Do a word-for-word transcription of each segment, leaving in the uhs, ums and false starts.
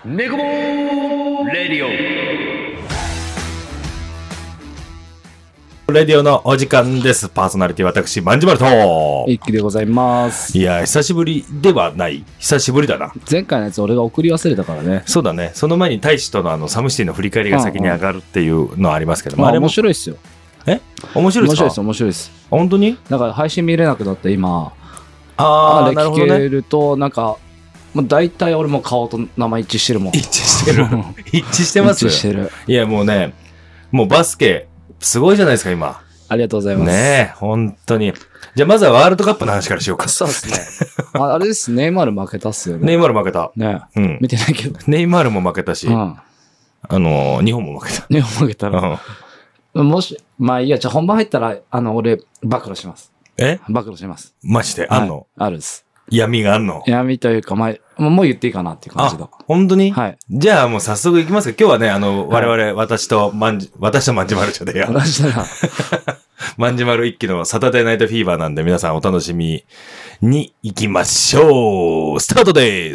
ネコボレディオレディオのお時間です。パーソナリティ私まんじまると一気でございます。 いや久しぶりではない久しぶりだな。 前回のやつ俺が送り忘れたからね。 そうだね。その前に大使とのあのサムシティの振り返りが先に上がるっていうのはありますけども、 まあ、 あれも面白いっすよ。 え面白いですか？ 面白いです面白いです。 本当に？ だから配信見れなくなって今ああれ聞なるほどね。 けるとなんかもう大体俺も顔と名前一致してるもん。 一致してる一致してます。 一致してる。 いやもうねもうバスケすごいじゃないですか今。 ありがとうございます。 ねえ本当に。じゃあまずはワールドカップの話からしようか。 そうですね。あ, あれですネイマール負けたっすよね。 ネイマール負けた。 ねうん。 見てないけど。 ネイマールも負けたし、 うん、 あのー、日本も負けた。 日本負けたら。もし、まあいいや、じゃあ本番入ったら、あの、俺、暴露します。 え暴露します。 マジであんの、 はい、あるです。 闇があんの闇というか、まあ、もう言っていいかなっていう感じだ。 あ、本当に？ はい。 じゃあもう早速行きますか。今日はね、あの、我々、はい、私とまんじ、私とまんじまるちゃでや。 私だな。 まんじまる一期のサタデーナイトフィーバーなんで皆さんお楽しみに行きましょう。スタートです。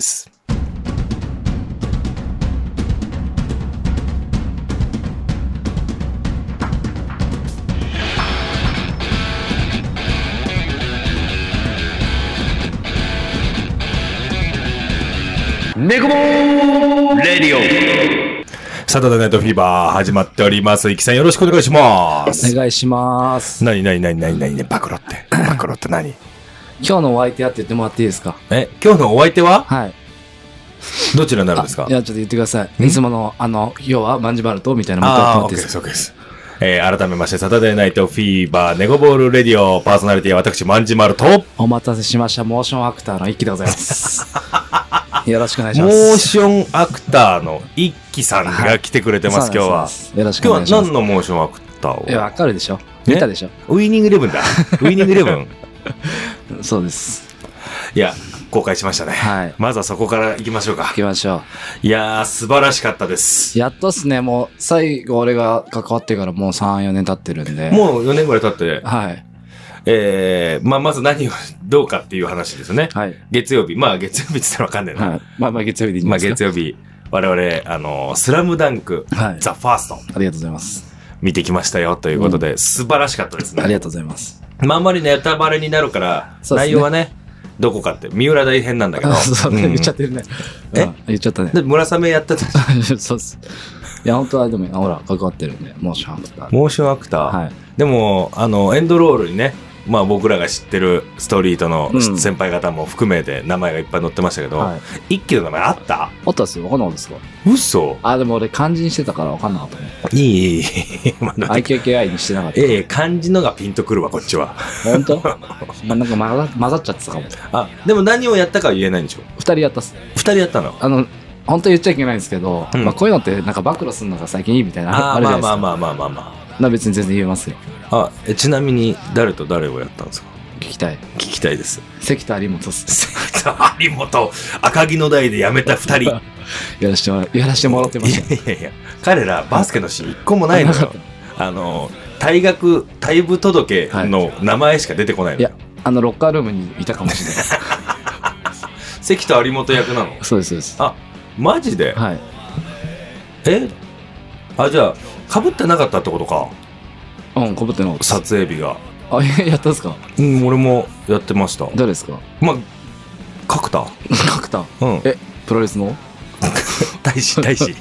ネコボレディオサタデーナイトフィーバー始まっております。イキさんよろしくお願いします。 お願いします。 なになになになになにね、暴露って。暴露って何？ 今日のお相手はって言ってもらっていいですか？ え、今日のお相手は？ はい。 どちらになるんですか？ いや、ちょっと言ってください。いつもの、あの、今日はまんじまるとみたいなものを言ってもらっていいですか？ あー、OKです、OKです。えー、改めまして、サタデーナイトフィーバー、ネゴボールレディオ、パーソナリティは私、まんじまると、 お待たせしました、モーションアクターの一輝でございます。よろしくお願いします。 モーションアクターの一輝さんが来てくれてます、はい、今日は。 よろしくお願いします。 今日は何のモーションアクターを？ いや、わかるでしょ。見たでしょ。 ウィニングイレブンだ。ウィニングイレブン。 そうです。 いや、公開しましたね。 はい。 まずはそこから行きましょうか。 行きましょう。 いやー、素晴らしかったです。 やっとっすね、もう、最後俺が関わってからもうさん、よねん経ってるんで。 もうよねんぐらい経って。 はい。 えー、まあ、まず何を、どうかっていう話ですね。 はい。 月曜日。まあ、月曜日って言ったらわかんないな。 はい。まあまあ、月曜日でいいんですか？ まあ、月曜日。我々、あの、スラムダンク、 はい、 ザ・ファースト。 ありがとうございます。 見てきましたよ、ということで、うん、素晴らしかったですね。 ありがとうございます。 まあ、あんまりネタバレになるから、ね、内容はね、どこかって、三浦大変なんだけど。 そうね、うん、言っちゃってるね。 え、 うん、言っちゃったね。 で、村雨やってた。 そうっす。いや、本当はでも、ほら、関わってるんで、モーションアクター。 モーションアクター。 はい。 でも、あの、エンドロールにね、まあ僕らが知ってるストリートの先輩方も含めて名前がいっぱい載ってましたけど、うんはい、一期の名前あった？ あったっすよ。わかんなかったですか？嘘？あ、でも俺漢字にしてたからわかんなかったね。 いい、いい。 アイケーケーアイ にしてなかった。 ええ、漢字のがピンとくるわ、こっちは。 本当？まあ、なんか混ざ、混ざっちゃってたかも。 あ、でも何をやったかは言えないんでしょ？ 二人やったっす。 二人やったの？ あの、本当言っちゃいけないんですけど、うん、まあこういうのってなんか暴露するのが最近いいみたいなああるじゃないですか。まあまあまあまあまあまあ。 まあ別に全然言えますよ。 あ、え、ちなみに誰と誰をやったんですか？ 聞きたい。 聞きたいです。 関田有本っす。 関田有本、赤城の代で辞めた二人。 やらしてもら、やらしてもらってました。 いやいやいや、彼らバスケのシーン一個もないのよ。あの、退学、退部届の名前しか出てこないのよ。 はい、いや、あの、ロッカールームにいたかもしれない。 関田有本役なの？ そうです、そうです。 あ、マジで？ はい。 え？あ、じゃあ、被ってなかったってことか。 うん、被ってなかった。 撮影日が。 あ、やったんすか？ うん、俺もやってました。 誰ですか？ まあ、角田。 角田。 うん。 え、プロレスの？ 大使、大使。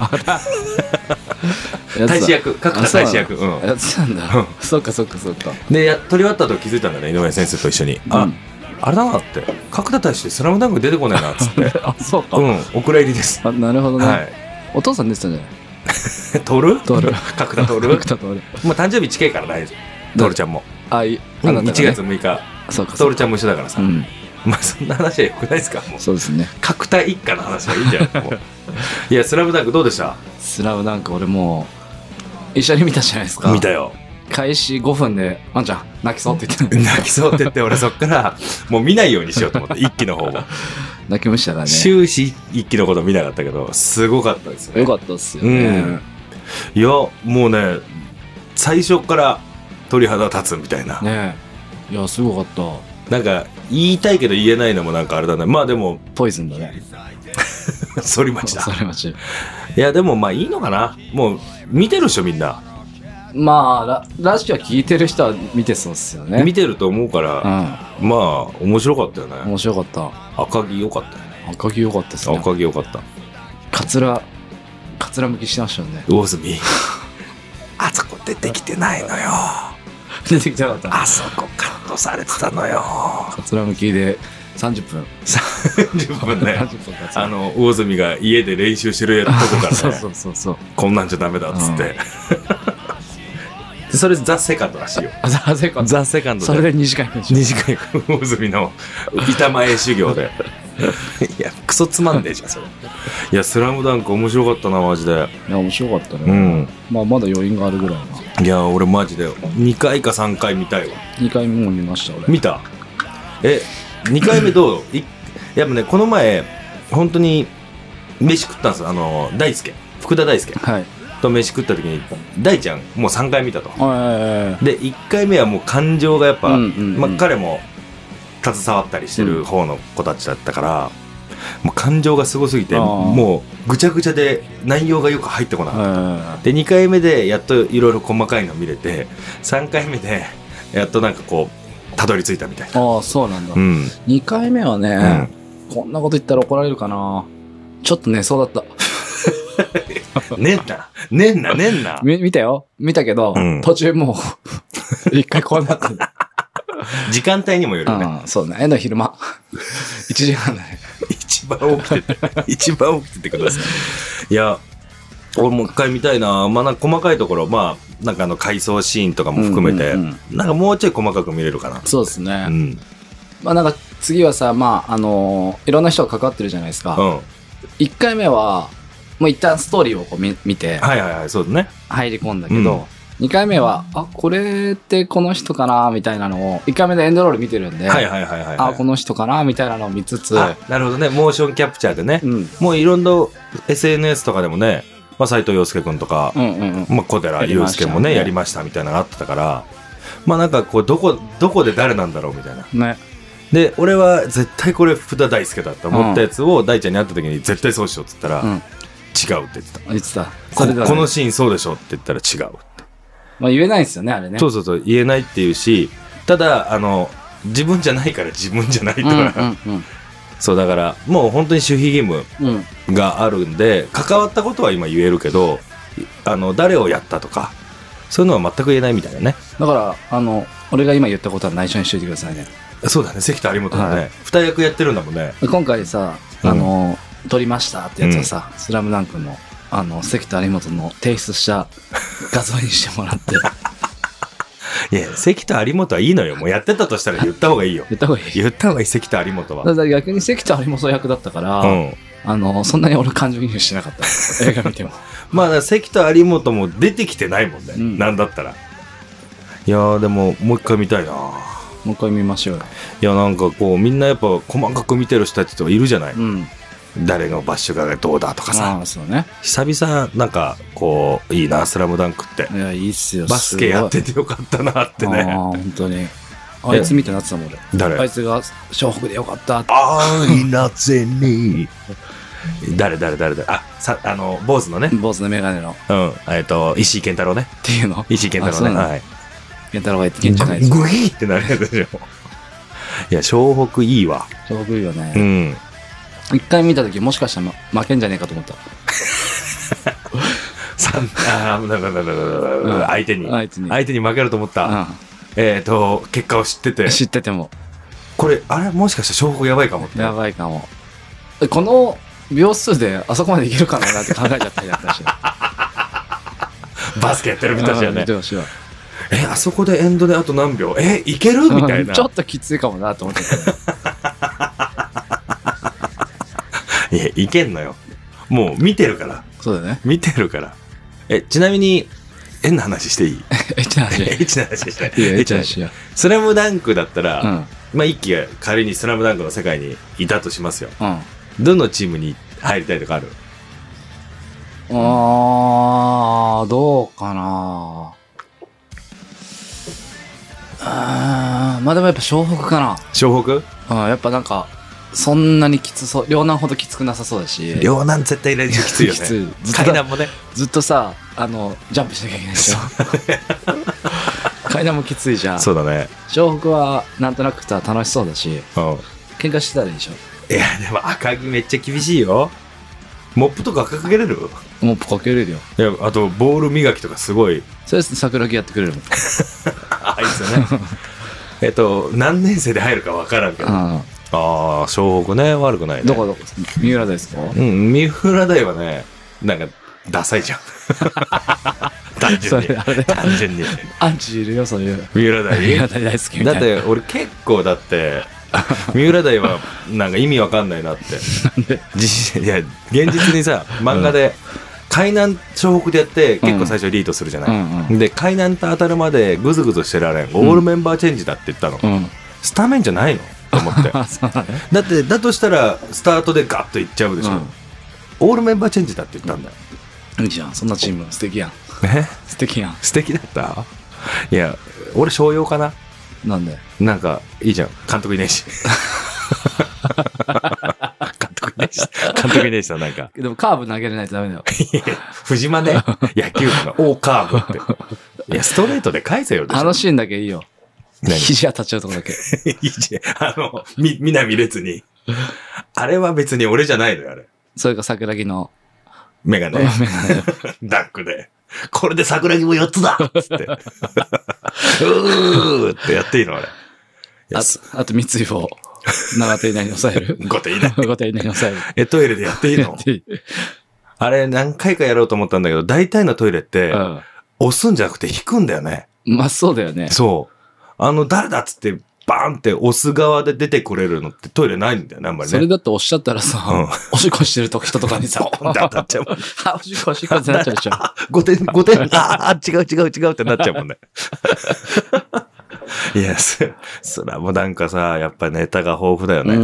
大使役、角田大使役。うん。 やってたんだ。そっかそっかそっか。 で、や、撮り終わった後気づいたんだね、井上先生と一緒に。あ、あれだなって。角田大使スラムダンク出てこないな、っつって。 あ、そうか。 うん、お蔵入りです。 あ、なるほどね。 はい。 お父さん出てたんじゃない？ トル？ トル。 角田トル？ 角田トル。 まあ、誕生日近いから大丈夫。トルちゃんも。 あ、いい。 あの、いちがつむいか。 そうか。 トルちゃんも一緒だからさ。 うん。 まあ、そんな話はよくないですか？もう。 そうですね。 角田一家の話はいいんじゃない？もう。いや、スラムダンクどうでした？ スラムダンク俺もう、一緒に見たじゃないですか。 見たよ。 開始ごふんで、あんちゃん、泣きそうって言って泣きそうって言って、俺そっから、もう見ないようにしようと思って、一期の方も。 泣きましたね。 終始一期のこと見なかったけど、すごかったですね。 よかったっすよね。うん、 いや、もうね、最初から鳥肌立つみたいな。 ねえ。いや、すごかった。 なんか言いたいけど言えないのもなんかあれだね。まあでもポイズンだね。 反町だ。 反町。いやでもまあいいのかな。もう見てる人みんな。 まあララジオ聞いてる人は見てそうっすよね。 見てると思うから、うん、まあ面白かったよね。 面白かった。 赤木良かったよね。 赤木良かったですね。 赤木良かった。 カツラカツラ向きしてましたよね。 魚住あそこ出てきてないのよ。 出てきてなかった。 あそこカットされてたのよ。 カツラ向きでさんじゅっぷんさんじゅっぷんね。あの魚住が家で練習してるやつとこからね。 そうそうそうそう。 こんなんじゃダメだっつって。それザ・セカンドらしいよ。 ザ・セカンド。 ザ・セカンドで。 それでにじかんにじかん魚住の板前修行で。いやクソつまんねえじゃんそれ。いやスラムダンク面白かったなマジで。 いや面白かったね。 うん。まあまだ余韻があるぐらいな。 いや俺マジでにかいかさんかい見たいわ。 にかいめも見ました俺。 見た。えにかいめどう？いやっぱねこの前本当に飯食ったんですよ。あの大輔福田大輔。はい。と飯食った時に大ちゃんもうさんかい見たと。でいっかいめはもう感情がやっぱ、うんうんうん、まあ、彼も携わったりしてる方の子たちだったから、うん、もう感情がすごすぎてもうぐちゃぐちゃで内容がよく入ってこなかった。でにかいめでやっといろいろ細かいの見れてさんかいめでやっとなんかこうたどり着いたみたいな。 ああそうなんだ、うん、にかいめはね、うん、こんなこと言ったら怒られるかな。ちょっと寝そうだったねんなねんなねんな見たよ見たけど、うん、途中もう一回こうなって時間帯にもよるね。 うん、そうね。えの昼間いちじはんだね。 一番起きてて一番起きててください。いや俺もう一回見たいな。まあなんか細かいところまあなんかあの回想シーンとかも含めて、うんうんうん、なんかもうちょい細かく見れるかな。 そうですね、うん、まあなんか次はさまああのー、いろんな人が関わってるじゃないですか、うん、いっかいめはもう一旦ストーリーをこう 見, 見てはいはいはいそうだね入り込んだけど、うん、にかいめはあこれってこの人かなみたいなのをいっかいめでエンドロール見てるんではいはいはいはい、はい、あこの人かなみたいなのを見つつなるほどねモーションキャプチャーでね、うん、もういろんな エスエヌエス とかでもねまあ、斉藤陽介君とか、うんうんうんまあ、小寺祐介もねやりましたみたいなのがあってたからまあなんかこうどこどこで誰なんだろうみたいな、ね、で俺は絶対これ福田大輔だと思ったやつを大ちゃんに会った時に絶対そうしようって言ったら、うん、違うって言ってた言ってたそれで、ね、このシーンそうでしょって言ったら違うって、 まあ、言えないですよねあれねそうそうそう言えないっていうしただあの自分じゃないから自分じゃないとか、うんうんうんそうだからもう本当に守秘義務があるんで、うん、関わったことは今言えるけどあの誰をやったとかそういうのは全く言えないみたいなね。 だからあの俺が今言ったことは内緒にしといてくださいね。 そうだね関田有本のね、はい、二役やってるんだもんね。 今回さあの、うん、撮りましたってやつはさ、うん、スラムダンクのあの関田有本の提出した画像にしてもらっていや関田有本はいいのよもうやってたとしたら言った方がいいよ言った方がいい言った方がいい関田有本は。 だから逆に関田有本役だったから、うん、あのそんなに俺感情移入してなかった映画見てもまあだ関田有本も出てきてないもんね、うん、なんだったらいやーでももう一回見たいな。もう一回見ましょうよ。 いやなんかこうみんなやっぱ細かく見てる人たちとかいるじゃない、うん誰のバッシュがどうだとかさあそう、ね、久々なんかこういいなスラムダンクって。 いやいいっすよバスケやっててよかったなってね。 あ本当にあいつ見てなってたもん俺。誰あいつが湘北でよかったってあいなぜに誰誰誰誰あさあの坊主のね坊主のメガネのうんえっと石井健太郎ねっていうの石井健太郎ねはい健太郎が言ってけんじゃないですかグイーってなるやつでしょいや湘北いいわ湘北いいよねうん一回見たときもしかしたら負けんじゃねえかと思ったあだだだだだ相手に相手に相手に負けると思った、うん、えっと結果を知ってて知っててもこれあれもしかしたら証拠やばいかもってやばいかもこの秒数であそこまでいけるかなって考えちゃったりだったしバスケやってるみたいだよねえあそこでエンドであと何秒えいけるみたいなちょっときついかもなと思っていやいけんのよもう見てるからそうだね見てるからえちなみにエッチな話していいエッチな話エッチな話したいいやエッチな話やスラムダンクだったら、うん、まあ一輝が仮にスラムダンクの世界にいたとしますよ、うん、どのチームに入りたいとかある？ あーどうかなあー、まあでもやっぱ湘北かな。 湘北？ うん、やっぱなんか、そんなにきつそう。両南ほどきつくなさそうだし。 両南絶対練習きついよね。きつい。階段もね。 ずっとさ、あの、ジャンプしなきゃいけないでしょ。階段もきついじゃん。 そうだね。 湘北はなんとなくさ、楽しそうだし、うん、喧嘩してたらいいでしょ。 いや、でも赤木めっちゃ厳しいよ。モップとかかけれる？ モップかけれるよ。 いや、あと、ボール磨きとかすごい。 それ桜木やってくれるもん。 あいつね。えっと、何年生で入るか分からんけど。ああ、湘北ね、悪くないね。 どこどこ三浦大ですか？ うん、三浦大はね、なんか、ダサいじゃん。単純に。単純に。 アンチいるよ、そういう。 三浦大三浦大大好きみたいな。 だって、俺結構だって、三浦大はなんか意味わかんないなって。なんで？いや、現実にさ、漫画で、海南湘北でやって結構最初リードするじゃない、うんうん、で海南と当たるまでグズグズしてられん、うん、オールメンバーチェンジだって言ったの、うん、スタメンじゃないのと思ってだ, だってだとしたらスタートでガッといっちゃうでしょ、うん、オールメンバーチェンジだって言ったんだよ。 いいじゃん、そんなチーム素敵やん。 え素敵やん。 素敵だった。いや俺商用かな。 なんで？ なんかいいじゃん、監督いねえし監督いねえしさ、なんかでもカーブ投げれないとダメだよ。 藤間ね、野球部の大カーブって。いやストレートで返せよ。 あのシーンだけいいよ。肘当たっちゃうとこだけ。 肘あのみ南列にあれは別に俺じゃないのよあれ。 それか桜木のメガネダックでこれで桜木もよっつだっつってうーってやっていいのあれ。 あとあと三井をななてん以内に抑える。 ごてん以内。 ごてん以内に抑える。 え、トイレでやっていいの？あれ何回かやろうと思ったんだけど、大体のトイレって、うん、押すんじゃなくて引くんだよね。 まあそうだよね。 そう。あの、誰だっつって、バーンって押す側で出てくれるのってトイレないんだよね、あんまりね。 それだって押しちゃったらさ、うん、おしっこしてる人とかにさ、 ポンって当たっちゃうもん。 あ、おしっこおしっこってなっちゃうでしょ。 ごてん、ごてん、ああ、違う違う違うってなっちゃうもんね。いや、そ、そらもうなんかさ、やっぱネタが豊富だよね。うん、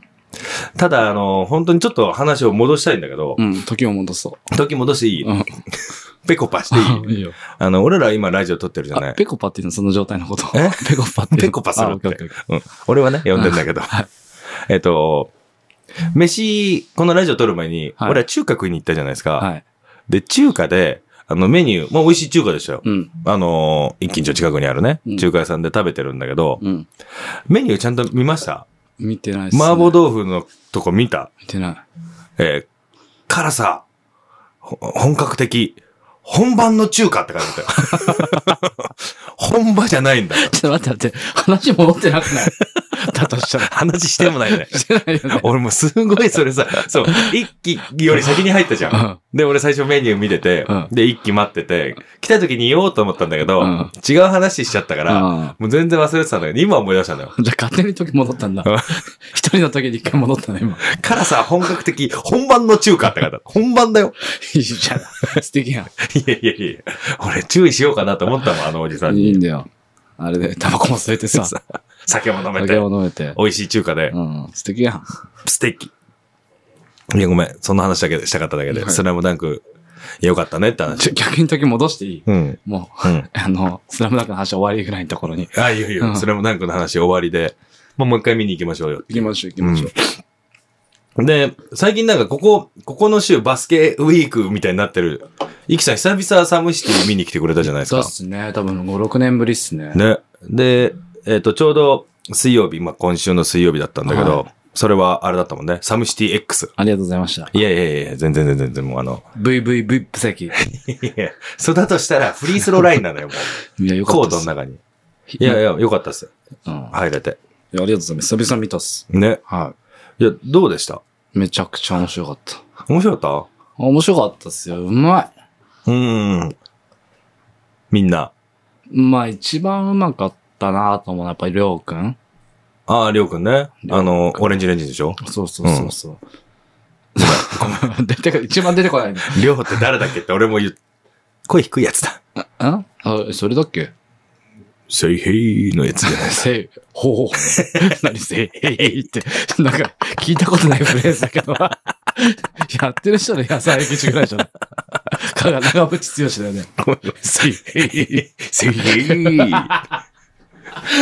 ただ、あの、本当にちょっと話を戻したいんだけど。 うん、時を戻そう。 時戻していい？うん、ペコパしていい？いいよ。あの、俺ら今ラジオ撮ってるじゃない？ ペコパっていうのはその状態のこと。 えペコパって。 ペコパするって。うん。俺はね、呼んでんだけど。はい、えっと、飯、このラジオ撮る前に、はい、俺は中華食いに行ったじゃないですか。はい、で、中華で、あのメニュー、まあ美味しい中華でしたよ。うん、あのー、一斤町近くにあるね、うん、中華屋さんで食べてるんだけど、うん、メニューちゃんと見ました？ 見てないですね。 麻婆豆腐のとこ見た？ 見てない。 えー、辛さ、本格的、本番の中華って感じだったよ。本場じゃないんだよ。 ちょっと待って待って、話戻ってなくない？だとしたら。 話してもないね。 してないよね。 俺もすごいそれさ、そう、一期より先に入ったじゃん。うん、で、俺最初メニュー見てて、うん、で、一期待ってて、来た時に言おうと思ったんだけど、うん、違う話しちゃったから、うん、もう全然忘れてたんだけど、今思い出したんだよ。 じゃあ勝手に時戻ったんだ。一人の時に一回戻ったね、今。 辛さ本格的、本番の中華って方。本番だよ。 いいじゃん。素敵やん。 いやいやいや、俺注意しようかなと思ったもん、あのおじさんに。 いいんだよ。あれで、タバコも吸えてさ。 酒も飲めて。 酒も飲めて。 美味しい中華で。 うん。素敵やん。 素敵。いや、ごめん。そんな話だけでしたかっただけで。はい、スラムダンク、よかったねって話。 逆に時戻していい？ うん。 もう、うん、あの、スラムダンクの話終わりぐらいのところに。 ああ、いよいよ。うん、スラムダンクの話終わりで。もうもう一回見に行きましょうよ。 行きましょう、行きましょう。 うん、で、最近なんかここ、ここの週バスケウィークみたいになってる。イキさん久々サムシティ見に来てくれたじゃないですか。 そうっすね。多分ご、ろくねんぶりっすね。 ね。で、えっと、ちょうど水曜日、まあ、今週の水曜日だったんだけど、はい、それはあれだったもんね。サムシティ X。 ありがとうございました。 いやいやいや、全然全然全然もうあの。 ブイブイブイ 席。いや、そうだとしたらフリースローラインなのよ、もう。いや、よかった。コードの中に。いやいや、よかったっす。うん。入れて。 いや、ありがとうございます。久々見たっす。 ね。 はい。いや、どうでした？ めちゃくちゃ面白かった。 面白かった？ 面白かったっすよ。うまい。 うーん。みんな。 まあ、一番うまかったなと思うのは、やっぱりりょうくん。 ああ、りょうくんね。あの、オレンジレンジでしょ？ そうそうそうそう。うん、出て、一番出てこないね。 りょうって誰だっけって俺も言う。声低いやつだ。 あ、ああ、それだっけ？ せいへいのやつじゃない。 せい、ほう。何せいへいって。なんか、聞いたことないフレーズだけど。やってる人で野菜劇ぐらいじゃない。かが長渕剛だよね。せいへい。 せいへい。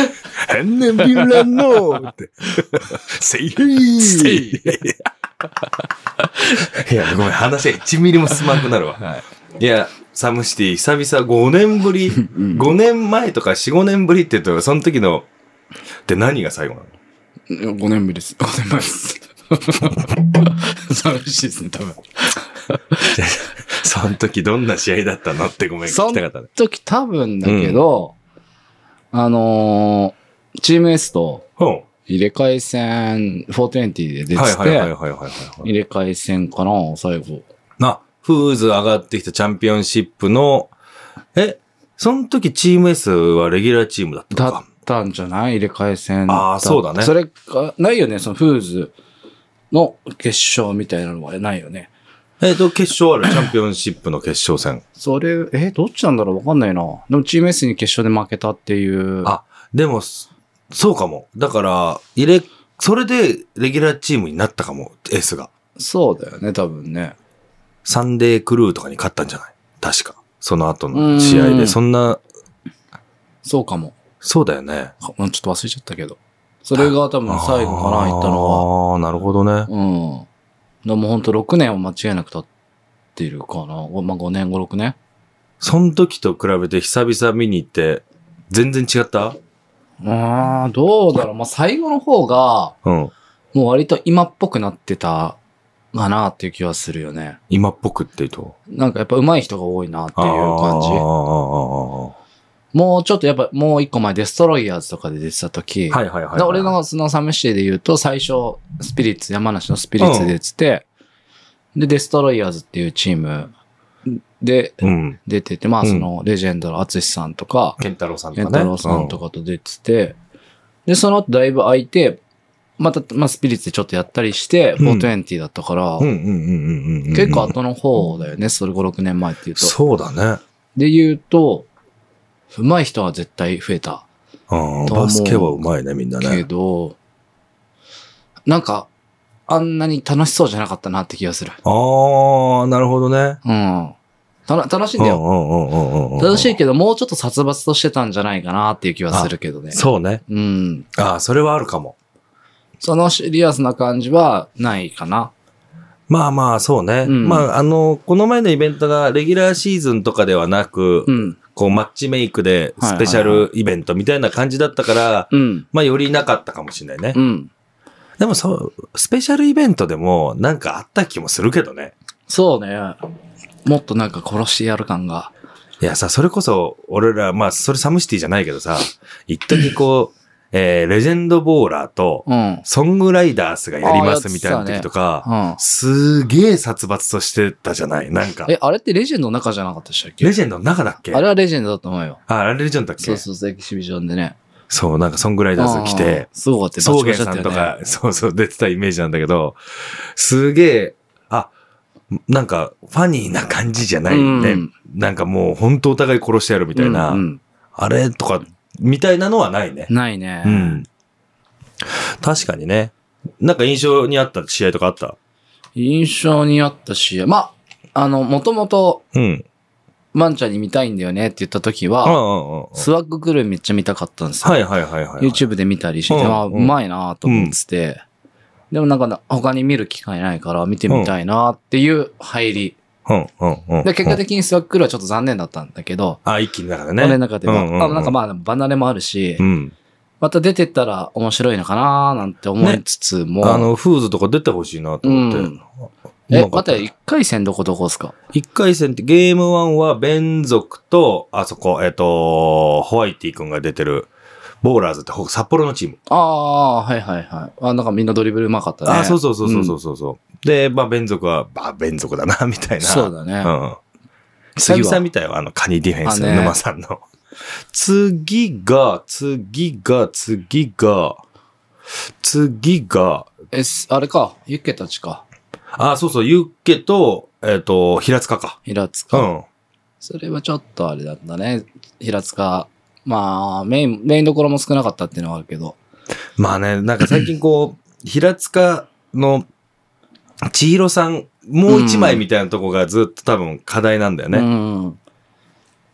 千年ビラのって。せいへいせいいや、ごめん、話いちミリも進まなくなるわ。はい、いや、サムシティ、久々ごねんぶり、うん、ごねんまえとかよん、ごねんぶりって言うと、その時の、って何が最後なの？ごねんぶりです。ごねんまえです。寂しいですね、多分。 その時どんな試合だったのってごめん、聞きたかったね。 その時多分だけど、うん、あのー、チーム S と、入れ替え戦、よんひゃくにじゅうで出てて、入れ替え戦かな、最後。 な、フーズ上がってきたチャンピオンシップの、え、その時チーム S はレギュラーチームだったのか？ だったんじゃない？入れ替え戦。 ああ、そうだね。 それか、ないよね、そのフーズの決勝みたいなのはないよね。 えっと、決勝ある、チャンピオンシップの決勝戦。 それ、え、どっちなんだろうわかんないな。でもチーム S に決勝で負けたっていう。 あ、でも、そうかも。だから、入れ、それでレギュラーチームになったかも、S が。 そうだよね、多分ね。 サンデークルーとかに勝ったんじゃない？確か。その後の試合で、そんな。 そうかも。 そうだよね。 ちょっと忘れちゃったけど。それが多分最後かな、言ったのは。 ああ、なるほどね。 うん。でもほんとろくねんは間違いなく経っているかな。まあごねん、ご、ろくねん。 その時と比べて久々見に行って、全然違った？ ああ、どうだろう。まあ最後の方が、うん。もう割と今っぽくなってたかなっていう気はするよね。 今っぽくっていうと？なんかやっぱ上手い人が多いなっていう感じ。ああ。もうちょっとやっぱもう一個前デストロイヤーズとかで出てた時。はいはいはい、はい。俺のそのサムシティで言うと最初スピリッツ、山梨のスピリッツで出てて、うん、でデストロイヤーズっていうチームで出てて、うん、まあそのレジェンドのアツシさんとか、 ケンタロウさんとかね。 ケンタロウさんとかと出てて、うん、でその後だいぶ空いて、また、まあ、スピリッツでちょっとやったりして、フォートゥエンティだったから、結構後の方だよね、それご、ろくねんまえって言うと。 そうだね。 で言うと、上手い人は絶対増えた。 ああ、バスケは上手いね、みんなね。 けど、なんか、あんなに楽しそうじゃなかったなって気がする。 ああ、なるほどね。 うん。た楽しいんだよ。楽しいけど、もうちょっと殺伐としてたんじゃないかなっていう気はするけどね。 そうね。 うん。 ああ、それはあるかも。 そのシリアスな感じはないかな。 まあまあ、そうね。うん、まあ、あの、この前のイベントがレギュラーシーズンとかではなく、うん、こう、マッチメイクでスペシャルイベントみたいな感じだったから、まあ、よりなかったかもしれないね。うん、でもそう、スペシャルイベントでもなんかあった気もするけどね。 そうね。もっとなんか殺してやる感が。 いやさ、それこそ、俺ら、まあ、それサムシティじゃないけどさ、一時こう、えー、レジェンドボーラーと、ソングライダースがやりますみたいな時とか、うんねうん、すげえ殺伐としてたじゃないなんか。 え、あれってレジェンドの中じゃなかったでしたっけ？ レジェンドの中だっけ？ あれはレジェンドだと思うよ。 あ、あれレジェンドだっけ？ そうそうそう、エキシビジョンでね。 そう、なんかソングライダーズ来て、 すごかった。 草原さんとか、そうそう出てたイメージなんだけど、すげえ、あ、なんかファニーな感じじゃないね。うん、なんかもう本当お互い殺してやるみたいな、うんうん、あれとか、みたいなのはないね。 ないね。 うん。確かにね。なんか印象にあった試合とかあった？ 印象にあった試合。まあ、あの、もともと、うん。マンちゃんに見たいんだよねって言った時は、うんうんうん、スワッグクルーめっちゃ見たかったんですよ。 はいはいはいはい、はい。 YouTube で見たりして、うんうん、あ、うまいなと思ってて、うん、でもなんか他に見る機会ないから見てみたいなっていう入り。うんうんうん、で結果的にスワッグクルーはちょっと残念だったんだけど、 あ、一気にだからね。 俺の中では。うんうんうん、あなんかまあ、離れもあるし、うんまた出てったら面白いのかなーなんて思いつつも。 ね、あの、フーズとか出てほしいなと思って。うん、 え、待って、一回戦どこどこですか？ 一回戦ってゲームワンはベン族と、あそこ、えっと、ホワイティ君が出てる、ボーラーズって札幌のチーム。 ああ、はいはいはい。あ、なんかみんなドリブルうまかったね。 あ、そうそうそうそうそうそう、うん。で、まあ、ベン族は、まあ、ベン族だな、みたいな。 そうだね。うん。 久々見たよ、あの、カニディフェンスの沼さんの。次が、次が、次が、次が、 え、あれか、ユッケたちか。 あ、そうそう、ユッケと、えっと、平塚か。 平塚。うん。それはちょっとあれだったね。平塚。まあ、メイン、メインどころも少なかったっていうのはあるけど。 まあね、なんか最近こう、平塚の千尋さん、もう一枚みたいなとこがずっと多分課題なんだよね。うん。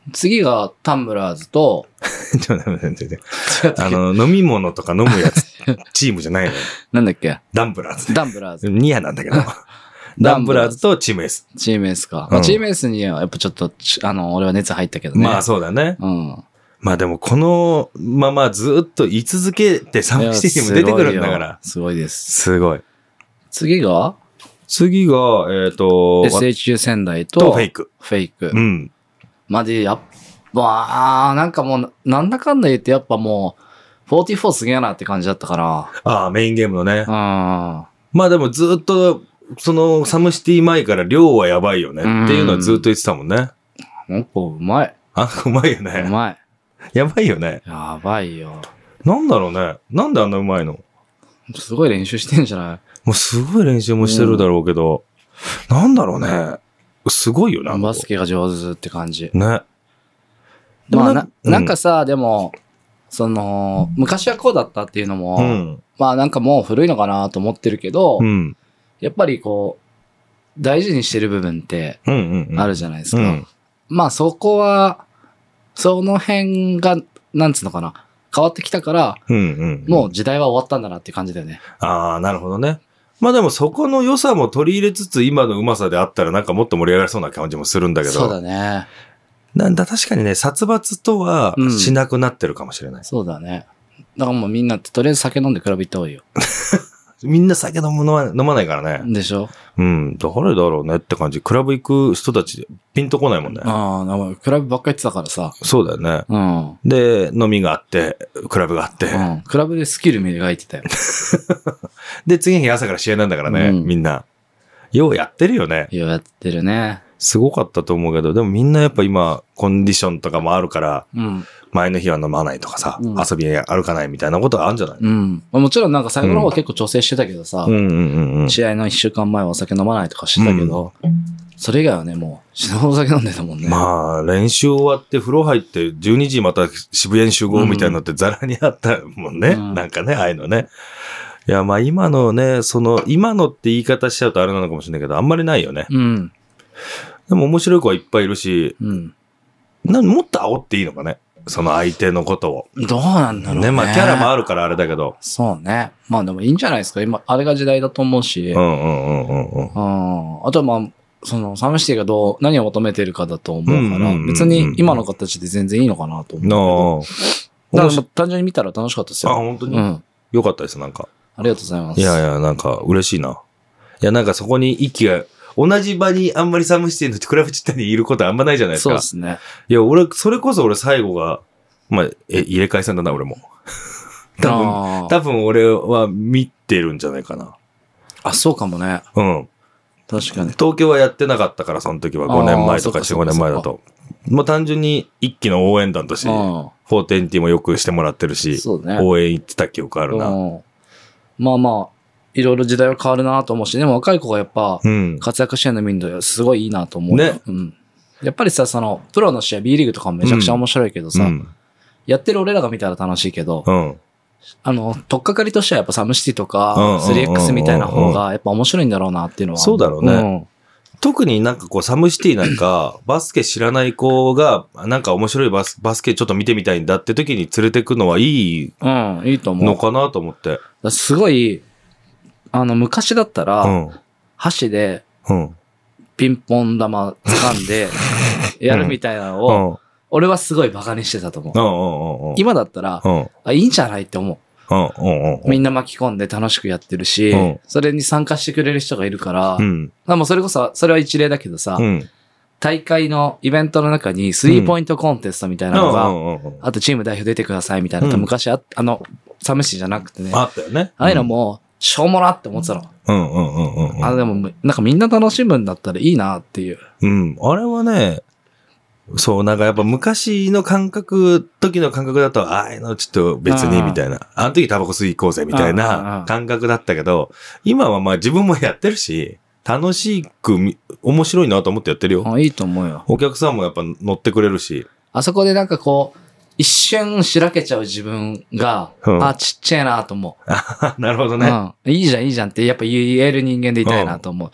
次がタンブラーズと、 ちょっと待って、あの、飲み物とか飲むやつ、チームじゃないのよ。 なんだっけダンブラーズ。 ダンブラーズ。 ニアなんだけど。ダンブラーズとチーム S。 チーム S か。まあ、チーム S にはやっぱちょっと、あの、俺は熱入ったけどね。 まあそうだね。 うん。 まあでもこのままずっと居続けてサムシティにも出てくるんだから。 すごいです。 すごい。 次が次が、えっと、 エスエイチユー 仙台と、 とフェイク。 フェイク。 うん。 まで、やっぱ、なんかもう、なんだかんだ言ってやっぱもう、よんじゅうよんすげえなって感じだったから。 ああ、メインゲームのね。 うん。まあでもずっと、そのサムシティ前から量はやばいよねっていうのはずっと言ってたもんね。 なんかうまい。 あ、うまいよね。 うまい。 やばいよね。 やばいよ。 なんだろうね。なんであんなうまいの？ すごい練習してんじゃない？ もうすごい練習もしてるだろうけど、うん、なんだろうね。すごいよな。 バスケが上手って感じ。 ね。 でもな、うん、なんかさ、でも、その、昔はこうだったっていうのも、うん、まあなんかもう古いのかなと思ってるけど、うん、やっぱりこう、大事にしてる部分ってあるじゃないですか。うんうんうん、まあそこは、その辺が、なんつうのかな、変わってきたから、うんうんうん、もう時代は終わったんだなっていう感じだよね。 ああ、なるほどね。まあでもそこの良さも取り入れつつ今のうまさであったらなんかもっと盛り上がりそうな感じもするんだけど。 そうだね。 なんだ確かにね、殺伐とはしなくなってるかもしれない。 うん、そうだね。だからもうみんなってとりあえず酒飲んでクラブ行った方がいいよ。 みんな酒飲むのは飲まないからね。 でしょ？ うん。誰だろうねって感じ。クラブ行く人たちピンとこないもんね。 ああ、クラブばっかり行ってたからさ。 そうだよね。うん。で、飲みがあって、クラブがあって。うん。 クラブでスキル磨いてたよ。 で、次の日朝から試合なんだからね、うん、みんな。ようやってるよね。 ようやってるね。 すごかったと思うけど、でもみんなやっぱ今、コンディションとかもあるから、うん、前の日は飲まないとかさ、うん、遊び歩かないみたいなことがあるんじゃない？ うん。もちろんなんか最後の方は結構調整してたけどさ、うんうんうんうん、試合の一週間前はお酒飲まないとかしてたけど、うん、それ以外はね、もう死ぬほどお酒飲んでたもんね。 まあ、練習終わって風呂入ってじゅうにじまた渋谷に集合みたいなのってザラにあったもんね。うん、なんかね、ああいうのね。いや、まあ今のね、その、今のって言い方しちゃうとあれなのかもしれないけど、あんまりないよね。うん。でも面白い子はいっぱいいるし、うん。なんもっと煽っていいのかね。その相手のことを。 どうなんだろうね。ね、 まあキャラもあるからあれだけど。 そうね。まあでもいいんじゃないですか。今、あれが時代だと思うし。うんうんうんうんうん。うん。あとはまあ、その、サムシティがどう、何を求めてるかだと思うから、うんうんうんうん、別に今の形で全然いいのかなと思うけど。だから単純に見たら楽しかったですよ。 あ、本当に、うん、よかったです、なんか。 ありがとうございます。 いやいや、なんか嬉しいな。いや、なんかそこに息が、同じ場にあんまりサムシティのクラブチッタにいることはあんまないじゃないですか。 そうですね。 いや、俺、それこそ俺最後が、まあ、え、入れ替えさんだな、俺も。多分、多分俺は見てるんじゃないかな。 あ、そうかもね。 うん。 確かに。 東京はやってなかったから、その時はごねんまえとかよん、ごねんまえだと。もう単純に一期の応援団として、フォーテンティもよくしてもらってるし、そうね、応援行ってた記憶あるな。 まあまあ、いろいろ時代は変わるなと思うし、でも若い子がやっぱ、活躍してるの見るのすごいいいなと思う。ね。うん。やっぱりさ、その、プロの試合 B リーグとかもめちゃくちゃ面白いけどさ、うん、やってる俺らが見たら楽しいけど、うん、あの、とっかかりとしてはやっぱサムシティとか、スリーエックス みたいな方がやっぱ面白いんだろうなっていうのは。 そうだろうね。うん、特になんかこうサムシティなんか、バスケ知らない子が、なんか面白いバス、バスケちょっと見てみたいんだって時に連れてくのはいい、 うん、いいと思う。 のかなと思って。 すごい、あの、昔だったら、うん、箸で、ピンポン玉掴んで、やるみたいなのを、うん、俺はすごいバカにしてたと思う。うんうんうん、今だったら、うん、あ、いいんじゃないって思う。うんうんうん、みんな巻き込んで楽しくやってるし、うん、それに参加してくれる人がいるから、うん、もうそれこそ、それは一例だけどさ、うん、大会のイベントの中にスリーポイントコンテストみたいなのが、うん、あとチーム代表出てくださいみたいなのが昔あ、あの、サムシじゃなくてね。 あったよね。 ああいうのも、しょうもなって思ってたの。うんうんうんうん。あ、でも、なんかみんな楽しむんだったらいいなっていう。 うん。あれはね、そう、なんかやっぱ昔の感覚、時の感覚だと、ああいうのちょっと別にみたいな。あの時タバコ吸い行こうぜみたいな感覚だったけど、今はまあ自分もやってるし、楽しく、面白いなと思ってやってるよ。 あ、いいと思うよ。 お客さんもやっぱ乗ってくれるし。 あそこでなんかこう、一瞬しらけちゃう自分が、うん、あ、ちっちゃいなと思う。 なるほどね、 うん。いいじゃん、いいじゃんってやっぱ言える人間でいたいなと思う。うん、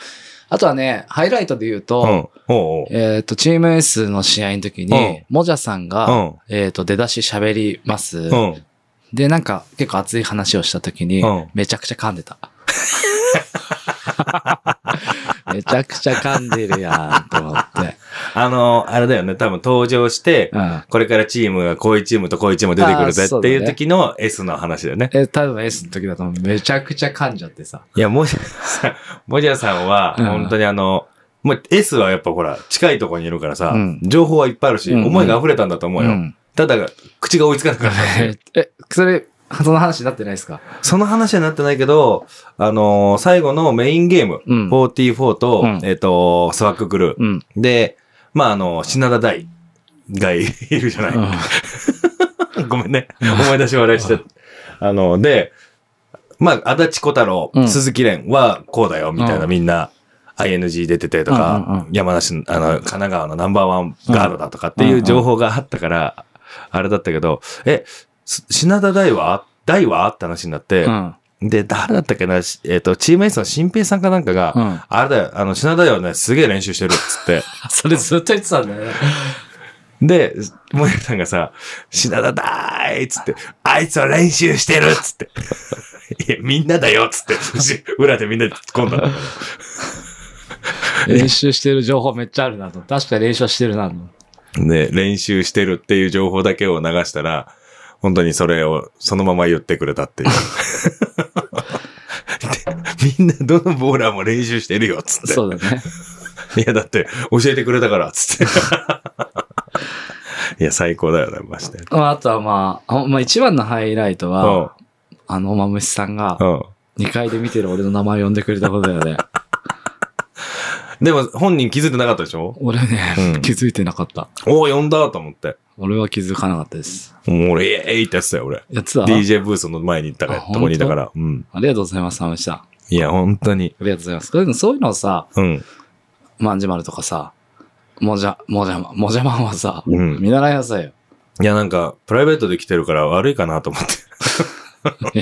あとはね、ハイライトで言うと、うん、おうおうえっ、ー、と、チーム S の試合の時に、うん、もじゃさんが、うん、えっ、ー、と、出だし喋ります。うん、で、なんか、結構熱い話をした時に、うん、めちゃくちゃ噛んでた。めちゃくちゃ噛んでるやん、と思って。 あの、あれだよね、多分登場して、うん、これからチームがこういうチームとこういうチーム出てくるぜっていう時の S の話だよね。 え、多分 S の時だとめちゃくちゃ噛んじゃってさ。 いや、もじゃさん、もじゃさんは、本当にあの、うん、もう S はやっぱほら、近いところにいるからさ、うん、情報はいっぱいあるし、うんうん、思いが溢れたんだと思うよ。うん、ただ、口が追いつかなかった。 え、それ、その話になってないですか？ その話になってないけど、あのー、最後のメインゲーム、うん、よんじゅうよんと、うん、えっ、ー、と、スワッククルー、うん。で、まあ、あの、品田大がいるじゃない。うん、ごめんね。思い出し笑いして。あの、で、まあ、足立小太郎、うん、鈴木蓮はこうだよ、みたいな、うん、みんな、アイエヌジー 出ててとか、うんうんうん、山梨、あの、神奈川のナンバーワンガードだとかっていう情報があったから、うんうん、あれだったけど、え、品田大は大はって話になって、うん、で、誰だったっけな、えっ、ー、と、チームエースの新平さんかなんかが、うん、あれだよ、あの、品田大はね、すげえ練習してるっつって。 それずっと言ってたんだよね。 で、もやさんがさ、品田大っつって、あいつは練習してるっつって。いや、みんなだよっつって、裏でみんな突っ込んだ。 練習してる情報めっちゃあるなと。確かに練習してるなと。 ね、練習してるっていう情報だけを流したら、本当にそれをそのまま言ってくれたっていう。みんなどのボーラーも練習してるよ、つって。 そうだね。 いや、だって教えてくれたから、つって。いや、最高だよね、まして。 あとはまあ、まあ一番のハイライトは、あの、まむしさんが、にかいで見てる俺の名前呼んでくれたことだよね。 でも本人気づいてなかったでしょ？ 俺ね、うん、気づいてなかった。 おー、呼んだと思って。 俺は気づかなかったです。 もう俺、えーってやつだよ、俺。 やつだディージェー ブースの前に行ったから、とこにいたから。うん。 ありがとうございます、まむしさん。いや、本当に。 ありがとうございます。そういうの、そういうのをさ、うん。まんじまるとかさ、もじゃ、もじゃま、もじゃまんはさ、うん。見習いなさいよ。 いや、なんか、プライベートで来てるから悪いかなと思って。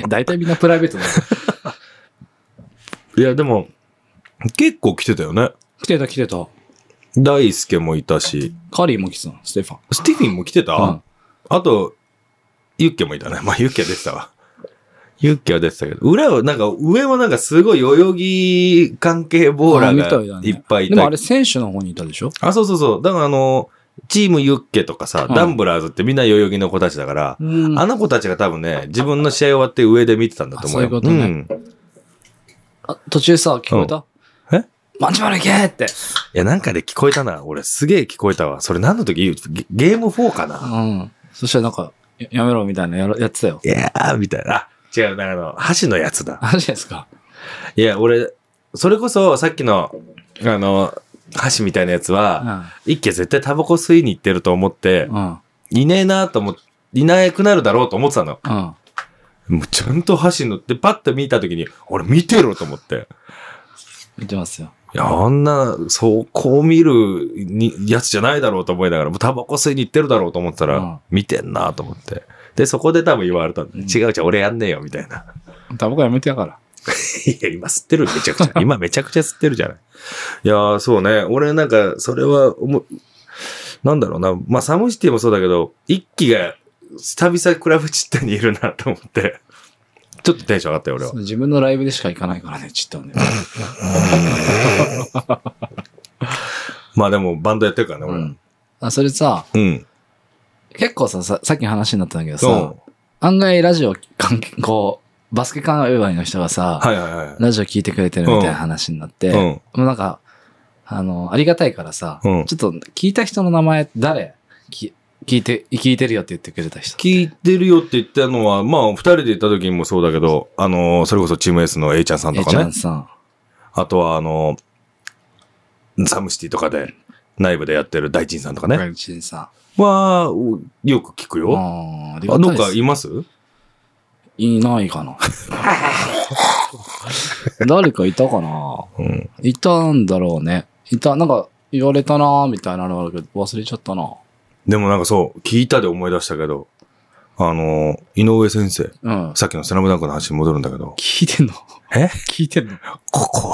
大体みんなプライベートだよ。 いや、でも、結構来てたよね。 来てた来てた。 大輔もいたし。 カリーも来てたの、ステファン。 スティフィンも来てた、うん、あと、ユッケもいたね。まあ、ユッケは出てたわ。ユッケは出てたけど、裏は、なんか、上はなんかすごい代々木関係ボーラーがいっぱいいた。 ね、でもあれ選手の方にいたでしょ？ あ、そうそうそう。だからあの、チームユッケとかさ、うん、ダンブラーズってみんな代々木の子たちだから、うん、あの子たちが多分ね、自分の試合終わって上で見てたんだと思うよ。 そういうことね。うん、あ、途中さ、聞こえた？うん、えマンチマル行けって。 いや、なんかで聞こえたな。俺すげえ聞こえたわ。それ何の時ゲームフォーかな？ うん。そしたらなんか、や, やめろみたいなややってたよ。 いやー、みたいな。違う、なんかあの、箸のやつだ。 箸ですか？ いや、俺、それこそさっきの、あの、箸みたいなやつは、うん、一家絶対タバコ吸いに行ってると思って、うん、いねえなと思って、いなくなるだろうと思ってたの。うん、もうちゃんと箸乗ってパッと見た時に、俺見てろと思って。 見てますよ。 いや、あんな、そう、こう見るにやつじゃないだろうと思いながら、もうタバコ吸いに行ってるだろうと思ったら、うん、見てんなと思って。で、そこで多分言われたんで、うん、違う違う、俺やんねえよ、みたいな。 タバコやめてやから。 いや、今吸ってる、めちゃくちゃ。今めちゃくちゃ吸ってるじゃない。いやー、そうね。俺なんか、それは、なんだろうな。まあ、サムシティもそうだけど、一気が、久々クラブチッタにいるなと思って、ちょっとテンション上がったよ、俺は。 自分のライブでしか行かないからね、チッタはね。 まあでも、バンドやってるからね、俺は。うん、 あ、それさ、うん、結構さ、さ、さっきの話になったんだけどさ、案外ラジオ、こう、バスケ界隈の人がさ、はいはいはい、ラジオ聞いてくれてるみたいな話になって、うん、もうなんか、あの、ありがたいからさ、うん、ちょっと聞いた人の名前誰き聞いて、聞いてるよって言ってくれた人。 聞いてるよって言ったのは、まあ、二人で行った時にもそうだけど、あの、それこそチーム S の A ちゃんさんとかね。A ちゃんさん。あとは、あの、サムシティとかで内部でやってる大鎮さんとかね。 大鎮さん。は、よく聞くよ。ああ、ありがたいです。あ、どっかいます？ いないかな。誰かいたかな、うん、いたんだろうね。いた、なんか言われたなみたいなのあるけど、忘れちゃったな。 でもなんかそう、聞いたで思い出したけど、あの、井上先生。うん。さっきのスラムダンクの話に戻るんだけど。 聞いてんの？ え？ 聞いてんの？ ここは、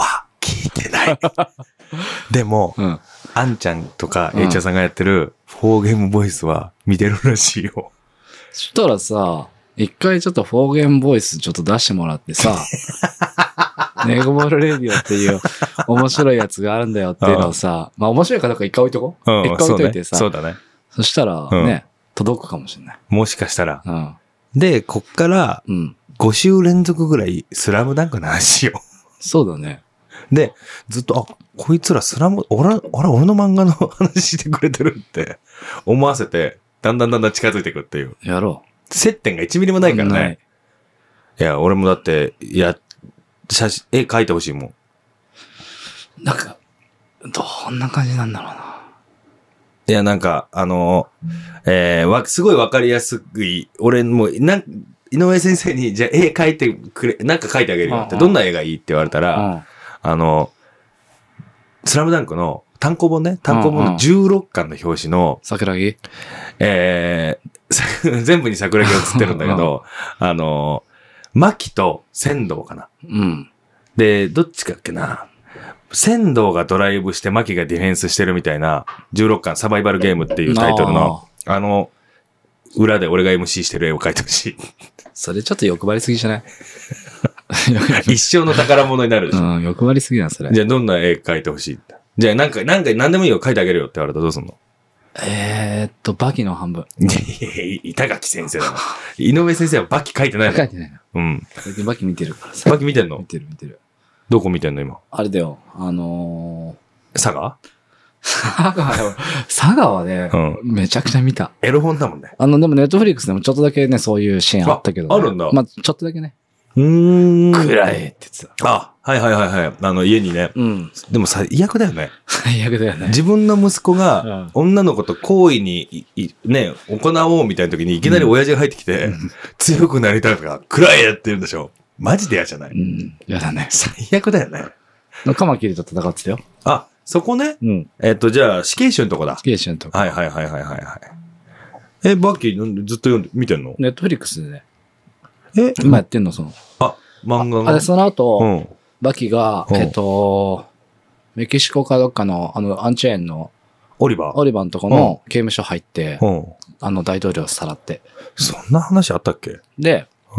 聞いてない。でも、うん、あんちゃんとか、えいちゃんさんがやってる、フォーゲームボイスは見てるらしいよ。 そしたらさ、一回ちょっとフォーゲームボイスちょっと出してもらってさ、ネゴボールレディオっていう面白いやつがあるんだよっていうのをさ、まあ面白いかどうか一回置いとこう。うん、一回置いといてさ。 そうだね。そうだね。 そしたらね、うん、届くかもしれない。 もしかしたら。うん、で、こっから、ご週連続ぐらいスラムダンクの話を。 そうだね。 で、ずっと、あ、こいつらスラム、俺、俺、俺の漫画の話してくれてるって思わせて、だんだんだんだん近づいていくっていう。 やろう。接点がいちミリもないからね。ない。いや、俺もだって、いや、写真、絵描いてほしいもん。 なんか、どんな感じなんだろうな。 いや、なんか、あの、えー、わ、すごいわかりやすい、俺も、なん、井上先生に、じゃあ絵描いてくれ、なんか描いてあげるよって、どんな絵がいいって言われたら、あの、スラムダンクの単行本ね、単行本のじゅうろっかんの表紙の、 桜木えー、全部に桜木が写ってるんだけど、あの、牧と仙道かな。うん。で、どっちかっけな。仙道がドライブして牧がディフェンスしてるみたいなじゅうろっかんサバイバルゲームっていうタイトルの、あの、裏で俺が エムシー してる絵を描いてほしい。 それちょっと欲張りすぎじゃない？ 一生の宝物になるでしょ。 うん、欲張りすぎな、それ。 じゃあどんな絵描いてほしい？じゃあなんか、なんか何でもいいよ描いてあげるよって言われたらどうすんの？ えーっと、バキの半分。 板垣先生だな。井上先生はバキ描いてないの？ 描いてないの。 うん。 最近バキ見てるからさ。 バキ見てんの？ 見てる見てる。 どこ見てんの今？ あれだよ。あのー、佐賀？ 佐賀よ。佐賀はね、うん、めちゃくちゃ見た。 エロ本だもんね。 あの、でもネットフリックスでもちょっとだけね、そういうシーンあったけど、ね。 あ、あるんだ。 まあ、ちょっとだけね。 うーん。 くらえって言ってた。 あ、はいはいはいはい。あの、家にね。うん。でも最悪だよね。 最悪だよね。 自分の息子が、女の子と行為に、ね、行おうみたいな時にいきなり親父が入ってきて、うん、強くなりたいとか、くらえって言うんでしょ。マジで嫌じゃない？うん。嫌だね。最悪だよね。 カマキリと戦ってたよ。 あ、そこね。うん。えっと、じゃあ、死刑囚のとこだ。 死刑囚のとこ。 はいはいはいはいはい。え、バッキーなんでずっと読んで、見てんの？ ネットフリックスでね。え今やってんのその。 あ、漫画の。 あれ、その後、うん、バキが、えっと、メキシコかどっかの、あの、アンチェーンの、 オリバーオリバーのとこの刑務所入って、うん、あの、大統領をさらって。 そんな話あったっけ？ で、うん、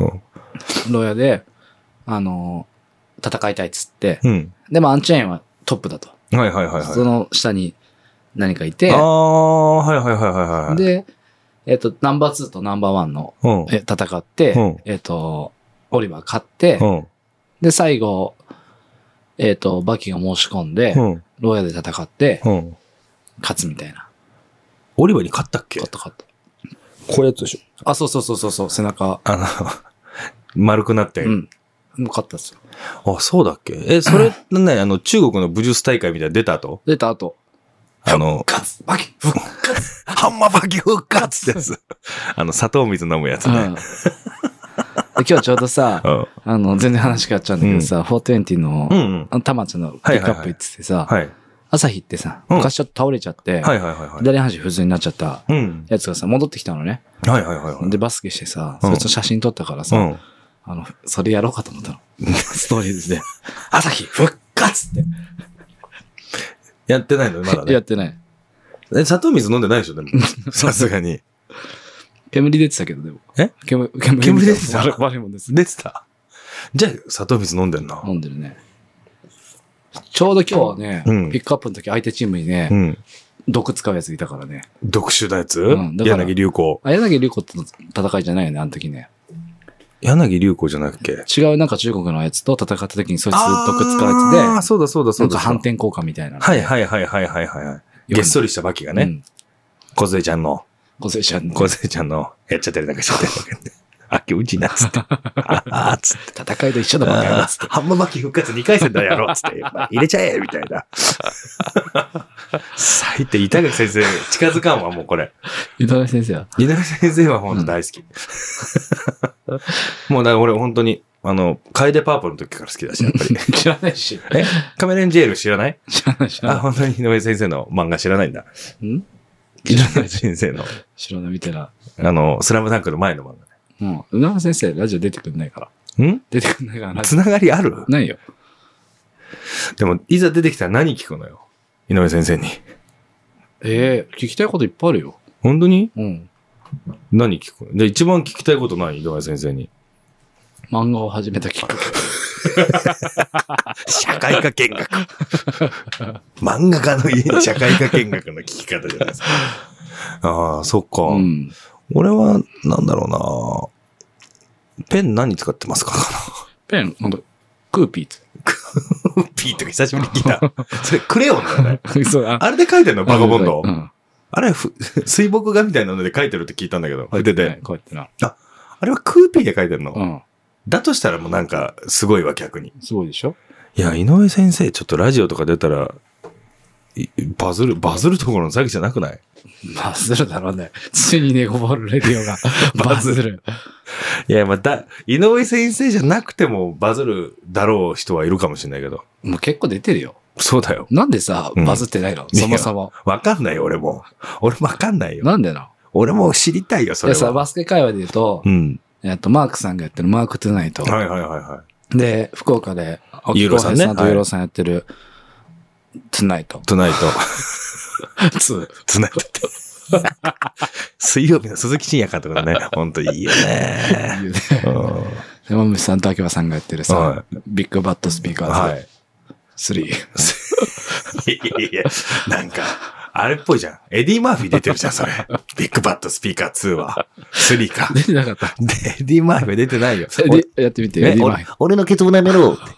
牢屋で、あの、戦いたいっつって、うん、でもアンチェーンはトップだと。 はいはいはいはい。 その下に何かいて、 ああ、はいはいはいはいはい。 で、えっ、ー、と、ナンバーツーとナンバーワンの、うん、え戦って、うん、えっ、ー、と、オリバー勝って、うん、で、最後、えっ、ー、と、バキが申し込んで、うん、牢屋で戦って、うん、勝つみたいな。 オリバーに勝ったっけ？ 勝った勝った。 こういうやつでしょ？ あ、そうそうそうそう、背中。 あの、丸くなって。 うん。勝ったっすよ。 あ、そうだっけ？え、それ、なんだよ、あの、中国の武術大会みたいな出た後？ 出た後。 あの、 復活バキ復活ハンマーバキ復活ってやつ。あの、砂糖水飲むやつね。うん、 今日ちょうどさ、うん、あの、全然話変わっちゃうんだけどさ、うん、フォートゥエンティの、うんうん、たまちゃんのピックアップ行っててさ、はいはいはい、朝日ってさ、昔ちょっと倒れちゃって、はいはいはいはい、左半身不随になっちゃったやつがさ、戻ってきたのね。はいはいはいはい、で、バスケしてさ、そいつと写真撮ったからさ、うんあの、それやろうかと思ったの。ストーリーズで。朝日復活って。 やってないのまだね。 やってない。 え、砂糖水飲んでないでしょでも。さすがに。 煙出てたけど、でも。 え煙、 煙煙出てた悪いもんです。 出てたじゃあ、砂糖水飲んでんな。 飲んでるね。ちょうど今日はね、うん、ピックアップの時相手チームにね、うん、毒使うやついたからね。 毒種のやつ、うん、柳流子。 あ、柳流子との戦いじゃないよね、あの時ね。 柳流子じゃなくけ違うなんか中国のやつと戦った時にそいつ毒使うやつで。 ああ、そうだそうだそうだ。 なんか反転効果みたいな。 はいはいはいはいはいはい。げっそりしたバキがね。うん、小杖ちゃんの。 小杖ちゃんの。 小杖ちゃんのやっちゃったりなんかしちゃってるわけで。あ、今日うちなっつって。ああ、つって。 戦いと一緒だバカやつって。 ハンマーバキ復活にかい戦だやろうつって。入れちゃえみたいな。最低、板垣先生、近づかんわ、もうこれ。 井上先生は井上先生は本当大好き。うん、もうだから俺本当に、あの、楓パープルの時から好きだし、やっぱり。 知らないし。 えカメレンジェール知らない？ 知らない知らない。 あ、本当に井上先生の漫画知らないんだ。 ん知らない先生の。 知らない、見てな。 あの、スラムダンクの前の漫画ね。 うん。井上先生、ラジオ出てくんないから。 ん出てくんないからな。 つながりある？ ないよ。 でも、いざ出てきたら何聞くのよ。井上先生に。 ええー、聞きたいこといっぱいあるよ。 本当に？ うん。 何聞くの？で、一番聞きたいことない？井上先生に。 漫画を始めたきっかけ。 社会科見学。漫画家の家に社会科見学の聞き方じゃないですか。ああ、そっか。うん、俺は、なんだろうな。ペン何使ってますか？ ペン、ほんと、クーピー。 クーピーとか久しぶりに聞いた。それクレヨンだよね。あ, あれで書いてんのバカボンド。うん、あれふ、水墨画みたいなので書いてるって聞いたんだけど。 書いてて。書いてな。 あ、あれはクーピーで書いてんの？ うん。 だとしたらもうなんか、すごいわ、逆に。 すごいでしょ？ いや、井上先生、ちょっとラジオとか出たら、バズる、バズるところの詐欺じゃなくない？ バズるだろうね。ついにネゴボールレディオがバズる。 いや、まあ、だ、井上先生じゃなくてもバズるだろう人はいるかもしれないけど。 もう結構出てるよ。 そうだよ。 なんでさ、バズってないの？うん、そもそも。 わかんないよ、俺も。俺もわかんないよ。 なんでな？ 俺も知りたいよ、それは。 いやさ、バスケ界隈で言うと、 うん。 えっと、マークさんがやってるマークトゥナイト。 はいはいはいはい。 で、福岡で、 ユーロさんね。 さんとユーロさんやってる、トゥナイト。 トゥナイト。 ツー。 トゥナイトって。水曜日の鈴木真也監督だね。ほんといいよね。いいよね。 山口さんと秋葉さんがやってるさ、はい、ビッグバットスピーカーズ。はい。スリー。 いやいや、なんか、あれっぽいじゃん。エディ・マーフィー出てるじゃん、それ。ビッグバットスピーカーツーは。スリーか。 出てなかった。 で、エディ・マーフィー出てないよ。 やってみて、エディ・マーフィー。 俺のケツを舐めろって。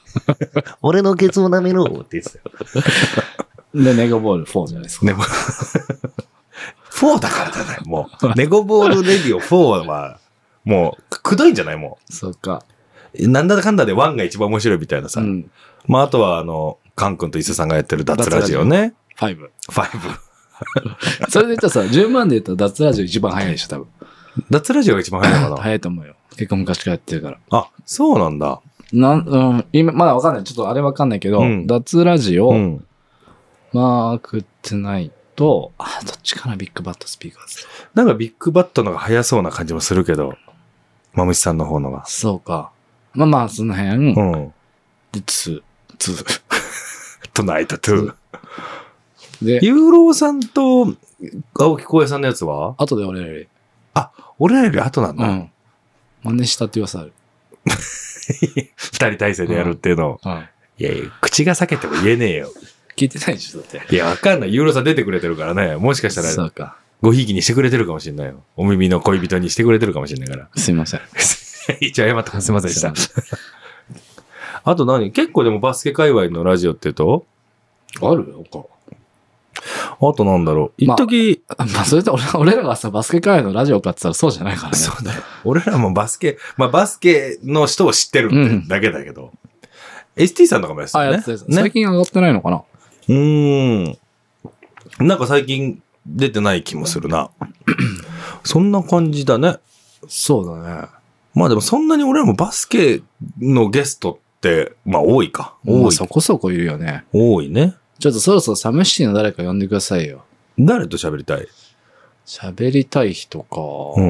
俺のケツを舐めろって言ってたよ。 で、ネゴボールフォーじゃないですか。 ネゴフォーだからじゃない。もう。ネゴボールレディオフォーは、もう、くどいんじゃないもう。そうか。 なんだかんだでワンが一番面白いみたいなさ。うん、まあ、あとは、あの、カン君と伊勢さんがやってる脱ラジオね。 ファイブ。 ファイブ。 それで言ったらさ、じゅうまんで言ったら脱ラジオ一番早いでしょ、多分。 脱ラジオが一番早いのかな？ 早いと思うよ。結構昔からやってるから。 あ、そうなんだ。 なん、うん、今、まだわかんない。ちょっとあれわかんないけど、うん、脱ラジオ、うん、マークってないと、あ、どっちかな、ビッグバットスピーカーズ。 なんかビッグバットのが早そうな感じもするけど、マムシさんの方のが。 そうか。まあまあ、その辺。うん。で、ツー。ツー。 トナイトトゥー。で、ユーローさんと青木浩也さんのやつは後で俺らより。 あ、俺らより後なんだ。うん。 真似したって噂ある。 二人体制でやるっていうのを。うん。うん、いやいや、口が裂けても言えねえよ。 聞いてないでしょ、だって。 いや、わかんない。ユーロさん出てくれてるからね。もしかしたら、 そうか。 ごひいきにしてくれてるかもしれないよ。お耳の恋人にしてくれてるかもしれないから。 すいません。 一応謝ってすいませんでした。あと何？結構でもバスケ界隈のラジオって言うとあるよか。 あとなんだろう。一時、 まあ、まあ、それと俺俺らがさ、バスケ界隈のラジオかって言ったらそうじゃないからね。 そうだよ。俺らもバスケ、まあバスケの人を知ってるってだけだけど。うん、エスティー さんとかもやってたよね。あ、やってた。 最近上がってないのかな？ うーん。なんか最近出てない気もするな。そんな感じだね。 そうだね。 まあでもそんなに俺らもバスケのゲストって、まあ多いか。多い。まあ、 そこそこいるよね。 多いね。 ちょっとそろそろサムシティの誰か呼んでくださいよ。 誰と喋りたい？ 喋りたい人か。うん。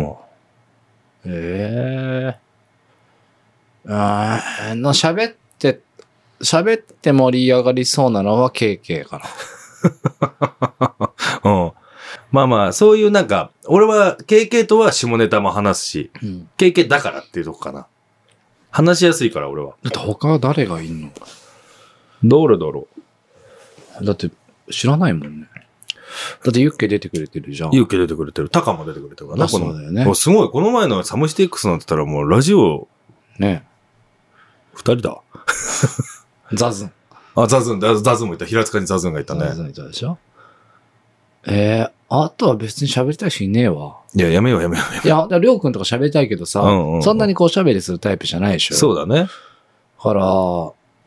ええー。あー、の喋って、喋って盛り上がりそうなのは ケーケー かな。うん。まあまあ、そういうなんか、俺は ケーケー とは下ネタも話すし、うん、ケーケー だからっていうとこかな。話しやすいから俺は。 だって他は誰がいんの？ どれだろう。だって知らないもんね。だってユッケ出てくれてるじゃん。 ユッケ出てくれてる。タカも出てくれてるからね。 そうだよね。 すごい。この前のサムシティックスなんて言ったらもうラジオ。 ね。 二人だ。 ザズン。 あ、ザズン、ザズンもいた。平塚にザズンがいたね。 ザズンいたでしょ。えー、あとは別に喋りたい人いねえわ。 いや、やめようやめようやめよう。いや、りょうくんとか喋りたいけどさ、うんうんうん、そんなにこう喋りするタイプじゃないでしょ。 そうだね。 から、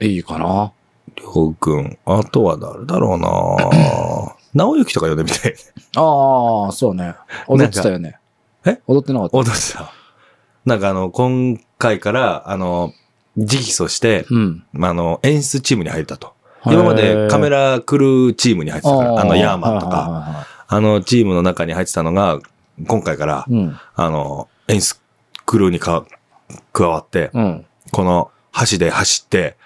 いいかな。 りょうくん、あとは誰だろうな直行とか呼んでみたい。 ああ、そうね。踊ってたよね。 え踊ってなかった？ 踊ってた。なんかあの、今回から、あの、直訴して、うん、あの、演出チームに入ったと。今までカメラクルーチームに入ってたから、あの、ヤーマンとか、あの、チームの中に入ってたのが、今回から、うん、あの、演出クルーにか加わって、うん、この橋で走って、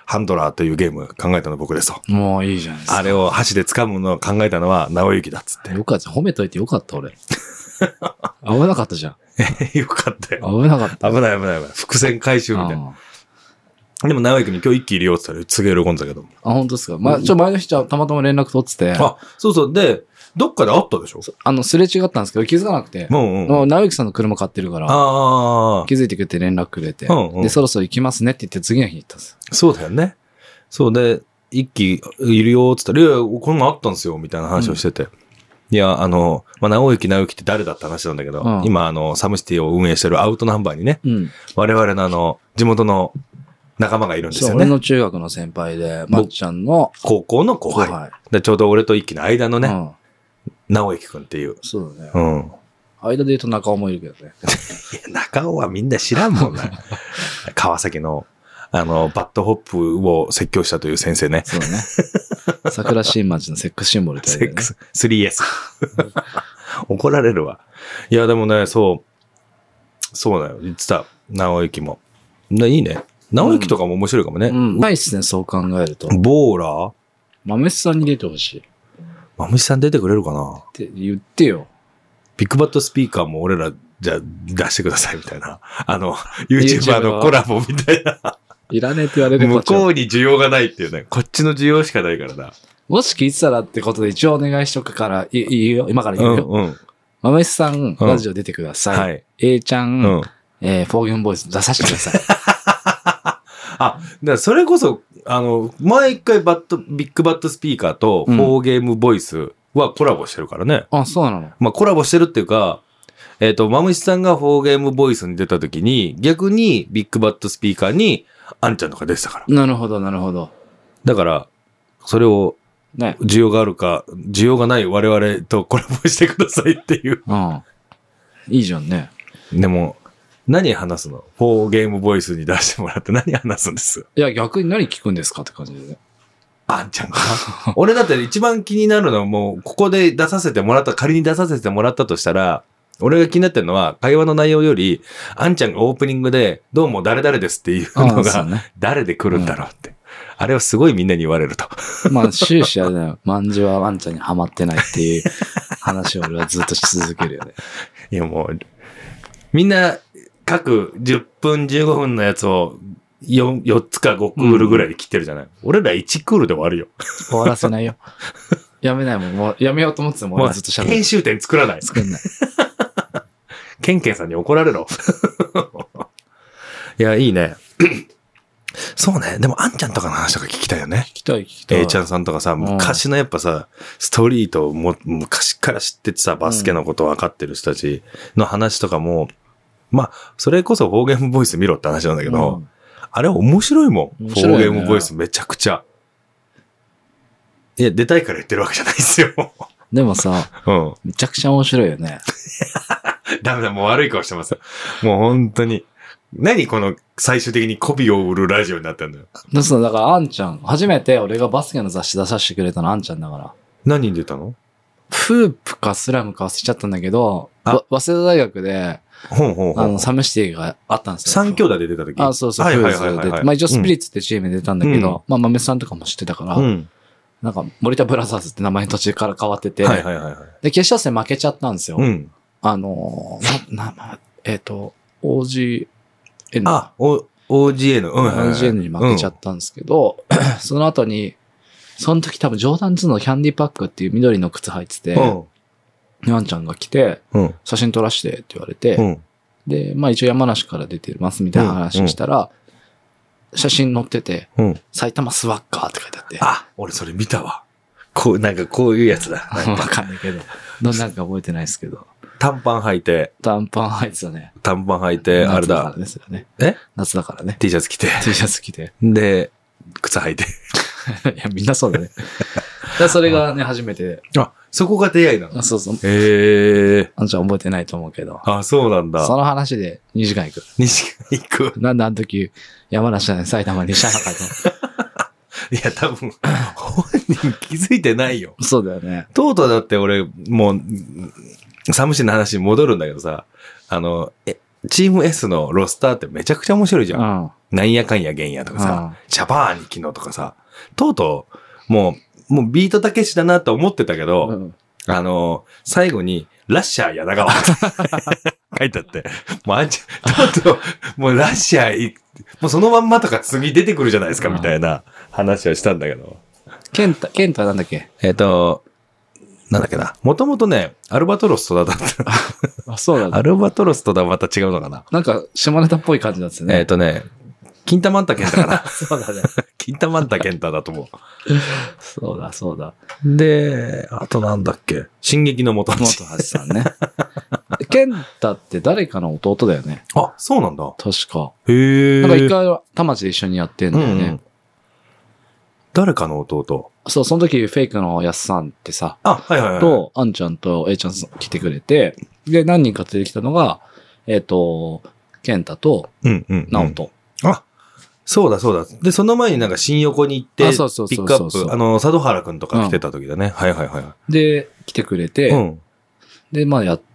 ハンドラーというゲーム考えたの僕ですと。 もういいじゃないですか。 あれを箸で掴むのを考えたのは直之だっつって。 よかった。褒めといてよかった、俺。危なかったじゃん。よかったよ。 危なかった。 危ない危ない危ない。伏線回収みたいな。でも直之に今日一気入れようって言ったらすげえ喜んだけど。 あ、本当ですか。まあ、ちょ、前の日じゃたまたま連絡取ってて。 あ、そうそう。で、どっかで会ったでしょ？ あの、すれ違ったんですけど、気づかなくて。うんうん。もう、直之さんの車買ってるから。ああ。気づいてくれて連絡くれて。うんうん。で、そろそろ行きますねって言って次の日に行ったんです。 そうだよね。そうで、一気いるよって言ったら、いや、こんなんあったんですよ、みたいな話をしてて。うん、いや、あの、まあ、直之直之って誰だって話なんだけど、うん、今、あの、サムシティを運営してるアウトナンバーにね、うん、我々のあの、地元の仲間がいるんですよね。 俺の中学の先輩で、まっちゃんの高校の後輩。はい、でちょうど俺と一気の間のね、うん直之くんっていう。 そうだね。うん。間で言うと中尾もいるけどね。 いや、中尾はみんな知らんもんね。川崎の、あの、バッドホップを説教したという先生ね。 そうね。桜新町のセックスシンボルって言われて、ね。セックス、 スリーエス。怒られるわ。いや、でもね、そう、そうだよ。言ってた。直之も。いいね。直之とかも面白いかもね。 うん。うまいっすね、そう考えると。 ボーラー豆さんに出てほしい。 まむしさん出てくれるかなって言ってよ。 ビッグバットスピーカーも俺らじゃあ出してくださいみたいな。あの、YouTuber のコラボみたいな。 いらねえって言われる向こうに需要がないっていうね。こっちの需要しかないからな。 もし聞いてたらってことで一応お願いしとくから、いいよ、今から言うよ。うんうん。まむしさん、ラジオ出てください。うん、はい。A ちゃん、うん、えー、フォーゲンボイス出させてください。 あ、だからそれこそ、あの、前一回バット、ビッグバットスピーカーとフォーゲームボイスはコラボしてるからね。 うん、あ、そうなの？ まあコラボしてるっていうか、えっと、まむしさんがフォーゲームボイスに出た時に、逆にビッグバットスピーカーにあんちゃんとか出てたから。 なるほど、なるほど。 だから、それを、ね。需要があるか、需要がない我々とコラボしてくださいっていう。 うん。いいじゃんね。 でも、何話すの？フォーゲームボイスに出してもらって何話すんです？ いや、逆に何聞くんですかって感じでね。 あんちゃんか俺だって一番気になるのはもう、ここで出させてもらった、仮に出させてもらったとしたら、俺が気になってるのは、会話の内容より、あんちゃんがオープニングで、どうも誰々ですっていうのが、ね、誰で来るんだろうって、うん。あれをすごいみんなに言われると。 まあ、終始あれだよ。まんじゅうはワンちゃんにハマってないっていう話を俺はずっとし続けるよね。 いやもう、みんな、各じゅっぷんじゅうごふんのやつを 4, 4つかごクールぐらいで切ってるじゃない、うん、俺らいちクールで終わるよ。 終わらせないよ。やめないもん。もうやめようと思ってたもん。もうずっと喋る。 編集点作らない。 作んない。 ケンケンさんに怒られろ。いや、いいね。そうね。でも、あんちゃんとかの話とか聞きたいよね。 聞きたい、聞きたい。 A ちゃんさんとかさ、昔のやっぱさ、ストリートをも昔から知っててさ、バスケのこと分かってる人たちの話とかも、まあ、それこそフォーゲームボイス見ろって話なんだけど、うん、あれ面白いもん。面白いね、フォーゲームボイスめちゃくちゃ。いや、出たいから言ってるわけじゃないですよ。 でもさ、うん、めちゃくちゃ面白いよね。 ダメだ、もう悪い顔してます。もう本当に。何この最終的に媚びを売るラジオになったんだよ。 だからあんちゃん、初めて俺がバスケの雑誌出させてくれたのあんちゃんだから。 何に出たの？ フープかスラムか忘れちゃったんだけど、早稲田大学で、ほうほうほうあの、サムシティがあったんですよ。 三兄弟で出た時あ、そうそう、はいはいはいはい、はい。まあ一応スピリッツってチームで出たんだけど、うん、まあ豆さんとかも知ってたから、うん、なんか森田ブラザーズって名前途中から変わってて、はいはいはいはい、で、決勝戦負けちゃったんですよ。うん、あの、な、な、えっ、ー、と、オージー、N。 あ、オージーエヌ。うん、 オージーエヌ に負けちゃったんですけど、うん、その後に、その時多分ジョーダンズのキャンディパックっていう緑の靴履いてて、うん、ワンちゃんが来て、うん、写真撮らしてって言われて、うん、で、まあ一応山梨から出てますみたいな話をしたら、うん、写真載ってて、うん、埼玉スワッガーって書いてあって。 あ、俺それ見たわ。こう、なんかこういうやつだ。 わかんないけど。どんなんか覚えてないですけど。 短パン履いて。 短パン履いてたね。 短パン履いて、あれだ。 夏だからですよね。 え夏だからね。 T シャツ着て。 T シャツ着て。 で、靴履いて。 いや、みんなそうだね。でそれがね、初めて。 あ、そこが出会いなの？ あ、そうそう。 へえ。 あんちゃん覚えてないと思うけど。 あ、そうなんだ。 その話でにじかん行く。 にじかん行く。 なんであの時、山梨じゃない、埼玉にしなかったの？ いや、多分、本人気づいてないよ。 そうだよね。 とうとうだって俺、もう、サムシの話に戻るんだけどさ、あの、え、チーム S のロスターってめちゃくちゃ面白いじゃん。うん。 なんやかんやげんやとかさ、チャパーニキノとかさ、とうとう、もう、もうビートたけしだなと思ってたけど、うん、あの、最後に、ラッシャー柳川って書いてあって、もうあんちゃん、とうとう、もうラッシャーい、もうそのまんまとか次出てくるじゃないですか、みたいな話をしたんだけど。 ケンタ、ケンタはなんだっけえっ、ー、と、なんだっけな。もともとね、アルバトロスとだった。 あ、そうなんだ。 アルバトロスとだまた違うのかな。 なんか、下ネタっぽい感じなんですね。 えっ、ー、とね、金玉ンタケンタかな。 そうだね。 金玉ンタケンタだと思う。 そうだ、そうだ。 で、あとなんだっけ。進撃の元橋。 元橋さんね。ケンタって誰かの弟だよね。 あ、そうなんだ。 確か。 へえ。 なんか一回、田町で一緒にやってんだよね。うんうん、 誰かの弟？ そう、その時フェイクのやすさんってさ、 あ、はいはいはい。 と、あんちゃんと A ちゃん来てくれて、で、何人か出てきたのが、えっ、ー、と、ケンタと、 うんうん、うん。 ナオト。 あ、そうだそうだ。で、その前になんか新横に行って、ピックアップ、あの、佐渡原くんとか来てた時だね。うん、はいはいはい。 で、来てくれて、 うん、 で、まあやって、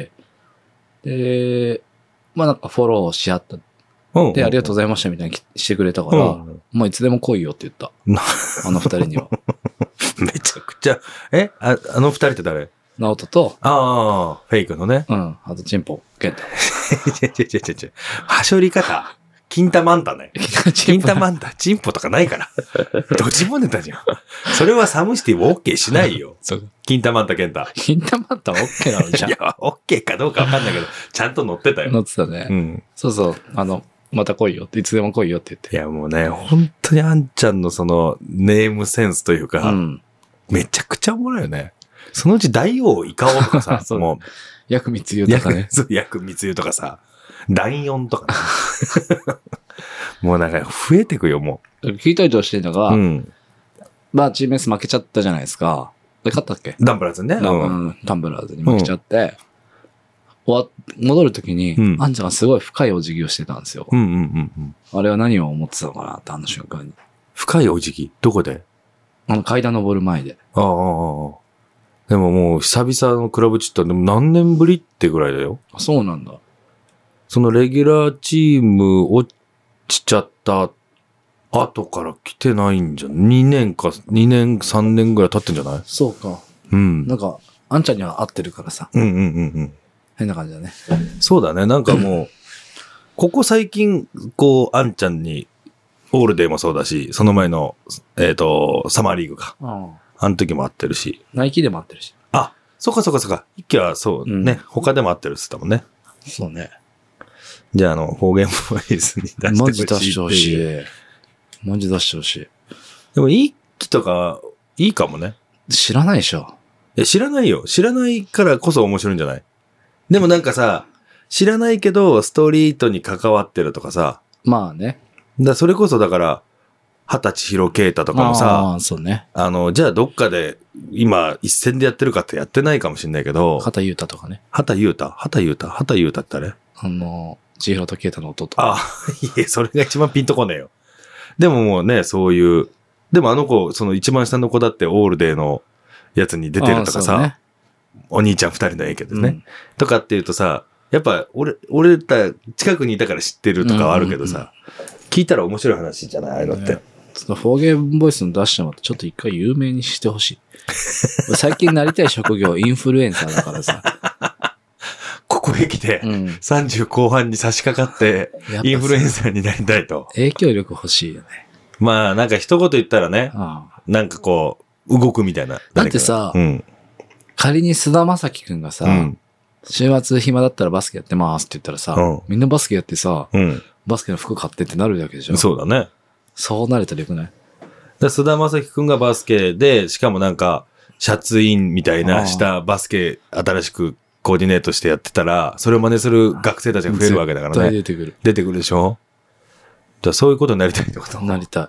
で、まあなんかフォローし合った。で、ありがとうございましたみたいにしてくれたから、うん、もういつでも来いよって言った。あの二人には。 めちゃくちゃ、えあ、あの二人って誰？ ナオトと、 ああ、フェイクのね。 うん。あとチンポ、ケンタ。 ちょちょちょちょちょ。はしょり方。金玉ンタね。金玉ンタ、チンポとかないから。どっちもネタじゃん。それはサムシティも OK しないよ。金玉ンタ、ケンタ。 金玉ンタ OK なのじゃん。 いや、OK かどうかわかんないけど、ちゃんと乗ってたよ。 乗ってたね。うん。そうそう。あの、また来いよって、いつでも来いよって言って。 いや、もうね、本当にあんちゃんのその、ネームセンスというか、うん、めちゃくちゃおもろいよね。そのうち大王イカオとかさ、もう、 薬密輸とかね。 そう、薬密輸とかさ、第四とか、ね、もうなんか増えてくよ、もう。聞いたりとしてるのが、うん、まあ、チーム S 負けちゃったじゃないですか。で、勝ったっけ？ ダンブラーズにね。 うん。ダンブラーズに負けちゃって、うん、戻るときに、うん、あんちゃんがすごい深いお辞儀をしてたんですよ。 うんうんうんうん、あれは何を思ってたのかなって、あの瞬間に。 深いお辞儀？どこで？ あの階段登る前で。 ああ、ああ。でももう久々のクラブチッターでも何年ぶりってぐらいだよ。 そうなんだ。 そのレギュラーチーム落ちちゃった後から来てないんじゃん。にねんか、にねん、さんねんぐらい経ってんじゃない？ そうか。 うん。 なんか、あんちゃんには合ってるからさ。 うんうんうんうん。 変な感じだね。 そうだね。なんかもう、ここ最近、こう、あんちゃんに、オールデーもそうだし、その前の、えっと、サマーリーグか。ああの時も会ってるし。 ナイキでも会ってるし。 あ、そっかそっかそっか。一気はそうね、うん。他でも会ってるっつったもんね。 そうね。 じゃあ、あの、フォーゲームボイスに出してほしい。 マジ出してほしい。マジ出してほしい。 でも、一気とか、いいかもね。 知らないでしょ。 え、知らないよ。知らないからこそ面白いんじゃない？でもなんかさ、知らないけど、ストリートに関わってるとかさ。 まあね。 だそれこそだから、二十歳広啓太とかもさ、 あ, そうね、 あの、じゃあどっかで、今、一戦でやってるかってやってないかもしれないけど。 畑優太とかね。 畑優太畑優太畑優太って誰？ あの、千尋と啓太の弟。 あ、いえ、それが一番ピンとこねえよ。でももうね、そういう、でもあの子、その一番下の子だってオールデーのやつに出てるとかさ、ね、お兄ちゃん二人の影響ですね、うん。とかっていうとさ、やっぱ俺、俺た近くにいたから知ってるとかはあるけどさ、うんうんうん、聞いたら面白い話じゃないああいうのって。 ちょっとフォーゲームボイスの出してもらってちょっと一回有名にしてほしい。最近なりたい職業インフルエンサーだからさ。 ここへ来て、さんじゅう後半に差し掛かって、インフルエンサーになりたいと。 影響力欲しいよね。 まあ、なんか一言言ったらね、ああなんかこう、動くみたいな。 だってさ、うん、仮に菅田将暉くんがさ、うん、週末暇だったらバスケやってますって言ったらさ、うん、みんなバスケやってさ、うん、バスケの服買ってってなるわけでしょ。 そうだね。 そうなれたらよくない？ 菅田将暉くんがバスケで、しかもなんか、シャツインみたいなしたバスケ新しくコーディネートしてやってたら、それを真似する学生たちが増えるわけだからね。 絶対出てくる。 出てくるでしょ？じゃあそういうことになりたいってこと？ なりた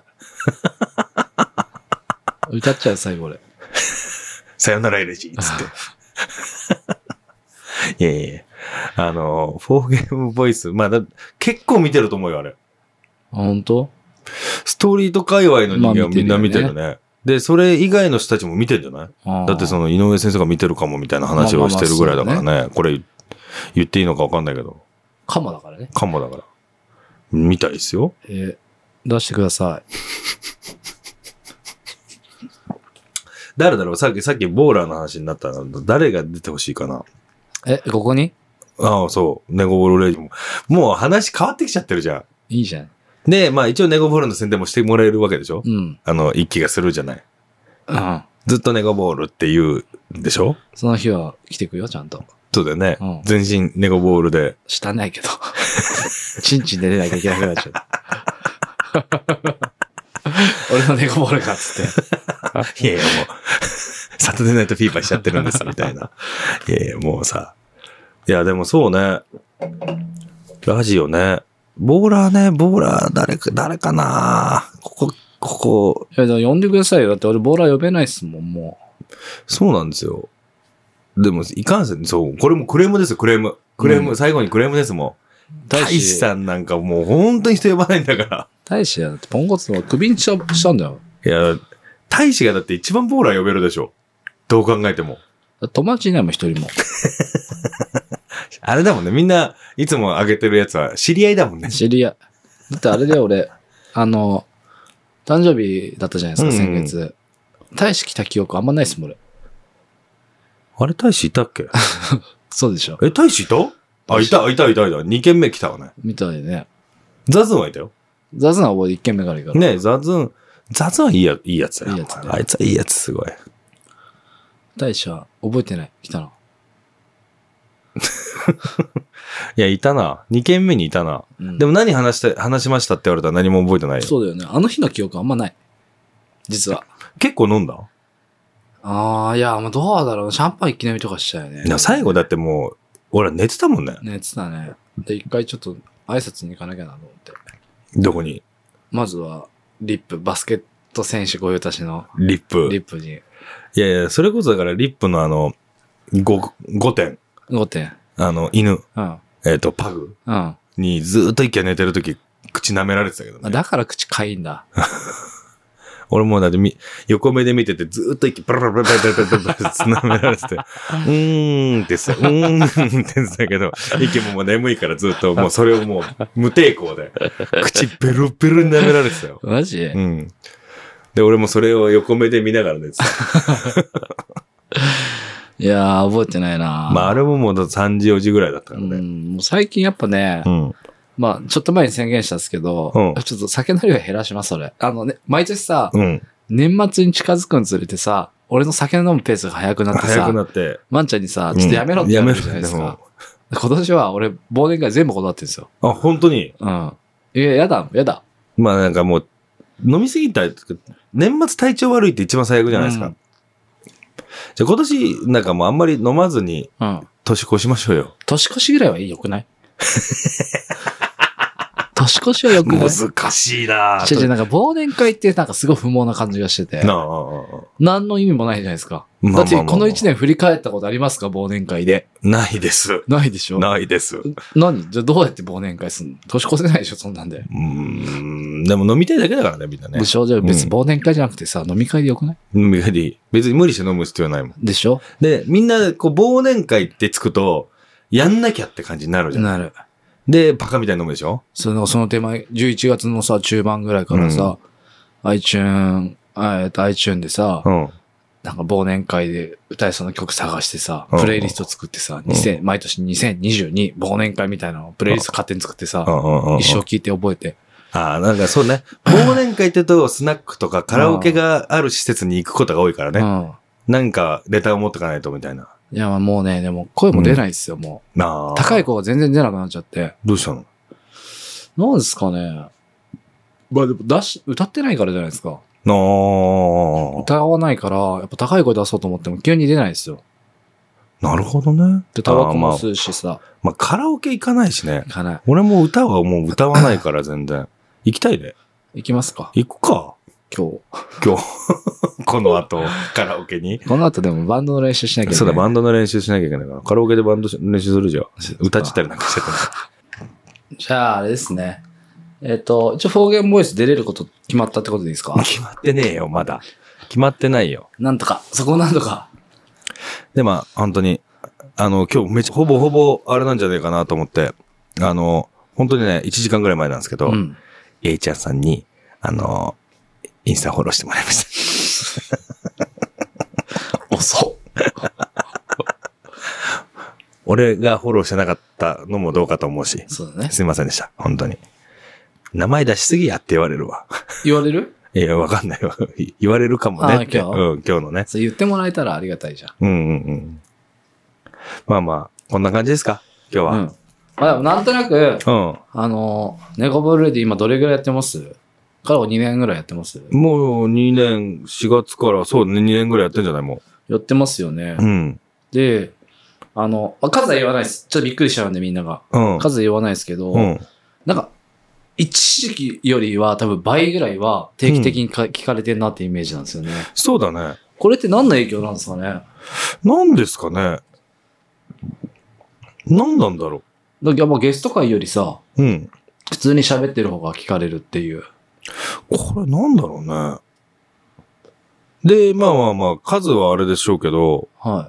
い。歌っちゃう最後俺。 さよならエレジーつって。いやいやいや。あの、フォーゲームボイス、まあだ、結構見てると思うよ、あれ。あ、 本当？ ストリート界隈の人間はみんな見てるね。まあ、ねで、それ以外の人たちも見てるんじゃない？だってその井上先生が見てるかもみたいな話をしてるぐらいだからね。まあまあまあね、これ言っていいのか分かんないけど。 かもだからね。 かもだから。 みたいですよ。 えー、出してください。 誰だろうさっき、さっきボーラーの話になったの。誰が出てほしいかな。 え、ここにああ、そう。ネゴボールレイジも。もう話変わってきちゃってるじゃん。 いいじゃん。 で、まあ一応ネゴボールの宣伝もしてもらえるわけでしょ。 うん。 あの、一気がするじゃない。 うん。 ずっとネゴボールって言うでしょ。 その日は来てくよ、ちゃんと。 そうだよね。 うん、 全身ネゴボールで。 したないけど。チンチンで出なきゃいけなくなっちゃう。俺のネゴボールかっつって。 いやいやもう、サタデーナイトフィーバーしちゃってるんです、みたいな。いやいや、もうさ。いや、でもそうね。ラジオね。ボーラーね、ボーラー、誰か、誰かなここ、ここ。 いや、だ呼んでくださいよ。だって俺ボーラー呼べないっすもん、もう。そうなんですよ。でも、いかんせん、そう、これもクレームですよ、クレーム。クレーム、うん、最後にクレームですもん。大使さんなんかもう本当に人呼ばないんだから。 大使やだってポンコツのクビにししたんだよ。 いや、大使がだって一番ボーラー呼べるでしょ。どう考えても。 友達いないもん、一人も。 あれだもんね。みんないつも上げてるやつは知り合いだもんね。 知り合い。だってあれで俺、あの、誕生日だったじゃないですか、先月。うんうん、大使来た記憶あんまないっすもん、俺。 あれ大使いたっけそうでしょ。 え、大使いたあ、いた、いた、いた、いた。二軒目来たわね。 みたいね。 ザズンはいたよ。 ザズンは俺一軒目からいいから。 ねえ、ザズン、ザズンはいいや、いいやつだよ。 いいやつね。 あいつはいいやつ、すごい。 大使は覚えてない。来たの。 いや、いたな。二軒目にいたな。うん、でも何話して、話しましたって言われたら何も覚えてないよ。 そうだよね。あの日の記憶あんまない。実は。 結構飲んだああ、いや、もうどうだろう。シャンパン一気飲みとかしたよね。 いや、最後だってもう、俺寝てたもんね。 寝てたね。で、一回ちょっと挨拶に行かなきゃなと思って。 どこに？ まずは、リップ、バスケット選手御用達の。 リップ。 リップに。 いやいや、それこそだからリップのあの、ご、ごてん。 ごてん。 あの、犬。 うん。 えっと、パグ。 うん。 にずーっと一気寝てるとき、口舐められてたけどね。 だから口かいんだ。 俺もだってみ、横目で見ててずーっと息、ブラブラブラブラブラブラブラ舐められてて、うーんってさ、うーんって言ってたけど、息ももう眠いからずっともうそれをもう無抵抗で、口ベロベロに舐められてたよ。 マジ？ うん。で、俺もそれを横目で見ながら寝てた。 いやー、覚えてないな。 まあ、あれももうさんじよじぐらいだったからね。 うん、もう最近やっぱね、うん、まあ、ちょっと前に宣言したんですけど、うん、ちょっと酒の量減らします、それ。あのね、毎年さ、うん、年末に近づくにつれてさ、俺の酒飲むペースが早くなってさ、 早くなって。 ワンちゃんにさ、ちょっとやめろって言われるじゃないですか。うん、今年は俺、忘年会全部断ってるんですよ。 あ、本当に？ うん。いや、やだ、やだ。 まあなんかもう、飲みすぎた、年末体調悪いって一番最悪じゃないですか。うん、じゃあ今年、なんかもうあんまり飲まずに、年越しましょうよ。 年越しぐらいはいいよくない？年越しはよくない？ 難しいなぁ。 違う違う、なんか忘年会ってなんかすごい不毛な感じがしてて。なあ。何の意味もないじゃないですか。まあまあまあまあ、だってこの一年振り返ったことありますか？忘年会で。 ないです。 ないでしょ？ ないです。 何？じゃあどうやって忘年会すんの？年越せないでしょそんなんで。 うーん。でも飲みたいだけだからね、みんなね。 でしょ？じゃあ別に忘年会じゃなくてさ、うん、飲み会でよくない？ 飲み会でいい。別に無理して飲む必要ないもん。 でしょ？ で、みんな、こう、忘年会ってつくと、やんなきゃって感じになるじゃん。 なる。 で、バカみたいに飲むでしょ？ その、その手前、じゅういちがつのさ、中盤ぐらいからさ、うん、iTune、えっと、iTune でさ、うん、なんか忘年会で歌えそうな曲探してさ、プレイリスト作ってさ、うん、にせん毎年にせんにじゅうに忘年会みたいなのをプレイリスト勝手に作ってさ、うん、一生聞いて覚えて。 ああ、なんかそうね。忘年会って言うと、スナックとかカラオケがある施設に行くことが多いからね。うん、なんか、ネタを持ってかないとみたいな。 いや、もうね、でも声も出ないですよ、うん、もう。あ高い子が全然出なくなっちゃって。 どうしたの？ なんですかね。まあでも、出し、歌ってないからじゃないですか。 ああ。 歌わないから、やっぱ高い声出そうと思っても急に出ないですよ。 なるほどね。 で、タバコも吸うしさ。 まあ、まあ、カラオケ行かないしね。 行かない。 俺も歌はもう歌わないから全然。行きたいね。 行きますか。 行くか。 今日。 今日。この後、カラオケに。 この後でもバンドの練習しなきゃいけない。 そうだ、バンドの練習しなきゃいけないから。カラオケでバンド練習するじゃん。歌っちゃったりなんかしてた。 じゃあ、あれですね。えっと、一応方言ボイス出れること決まったってことでいいですか？ 決まってねえよ、まだ。決まってないよ。 なんとか、そこなんとか。 で、まあ、本当に、あの、今日めっちゃほぼほぼあれなんじゃねえかなと思って、あの、 本当にね、いちじかんぐらい前なんですけど、うん、A ちゃんさんに、あの、インスタフォローしてもらいました。 遅っ。 俺がフォローしてなかったのもどうかと思うし。 そうだね。 すいませんでした。本当に。名前出しすぎやって言われるわ。 言われる？ いや、わかんないわ。言われるかもねって。 今日？ うん、今日のね。 そう言ってもらえたらありがたいじゃん。 うんうんうん。まあまあ、こんな感じですか今日は。うん。 まあでもなんとなく、うん。あの、ネゴブルーで今どれぐらいやってます？からにねんぐらいやってます？ もうにねん、しがつから、そうね、にねんぐらいやってんじゃないもう。やってますよね。 うん。 で、あの、数は言わないです。ちょっとびっくりしちゃうんでみんなが。うん。数は言わないですけど、うん。なんか、一時期よりは多分倍ぐらいは定期的にか、うん、聞かれてるなってイメージなんですよね。 そうだね。 これって何の影響なんですかね？ 何ですかね？何なんだろう。 だからやっぱゲスト会よりさ、 うん。 普通に喋ってる方が聞かれるっていう。 これなんだろうね。で、まあまあまあ、数はあれでしょうけど、 はい。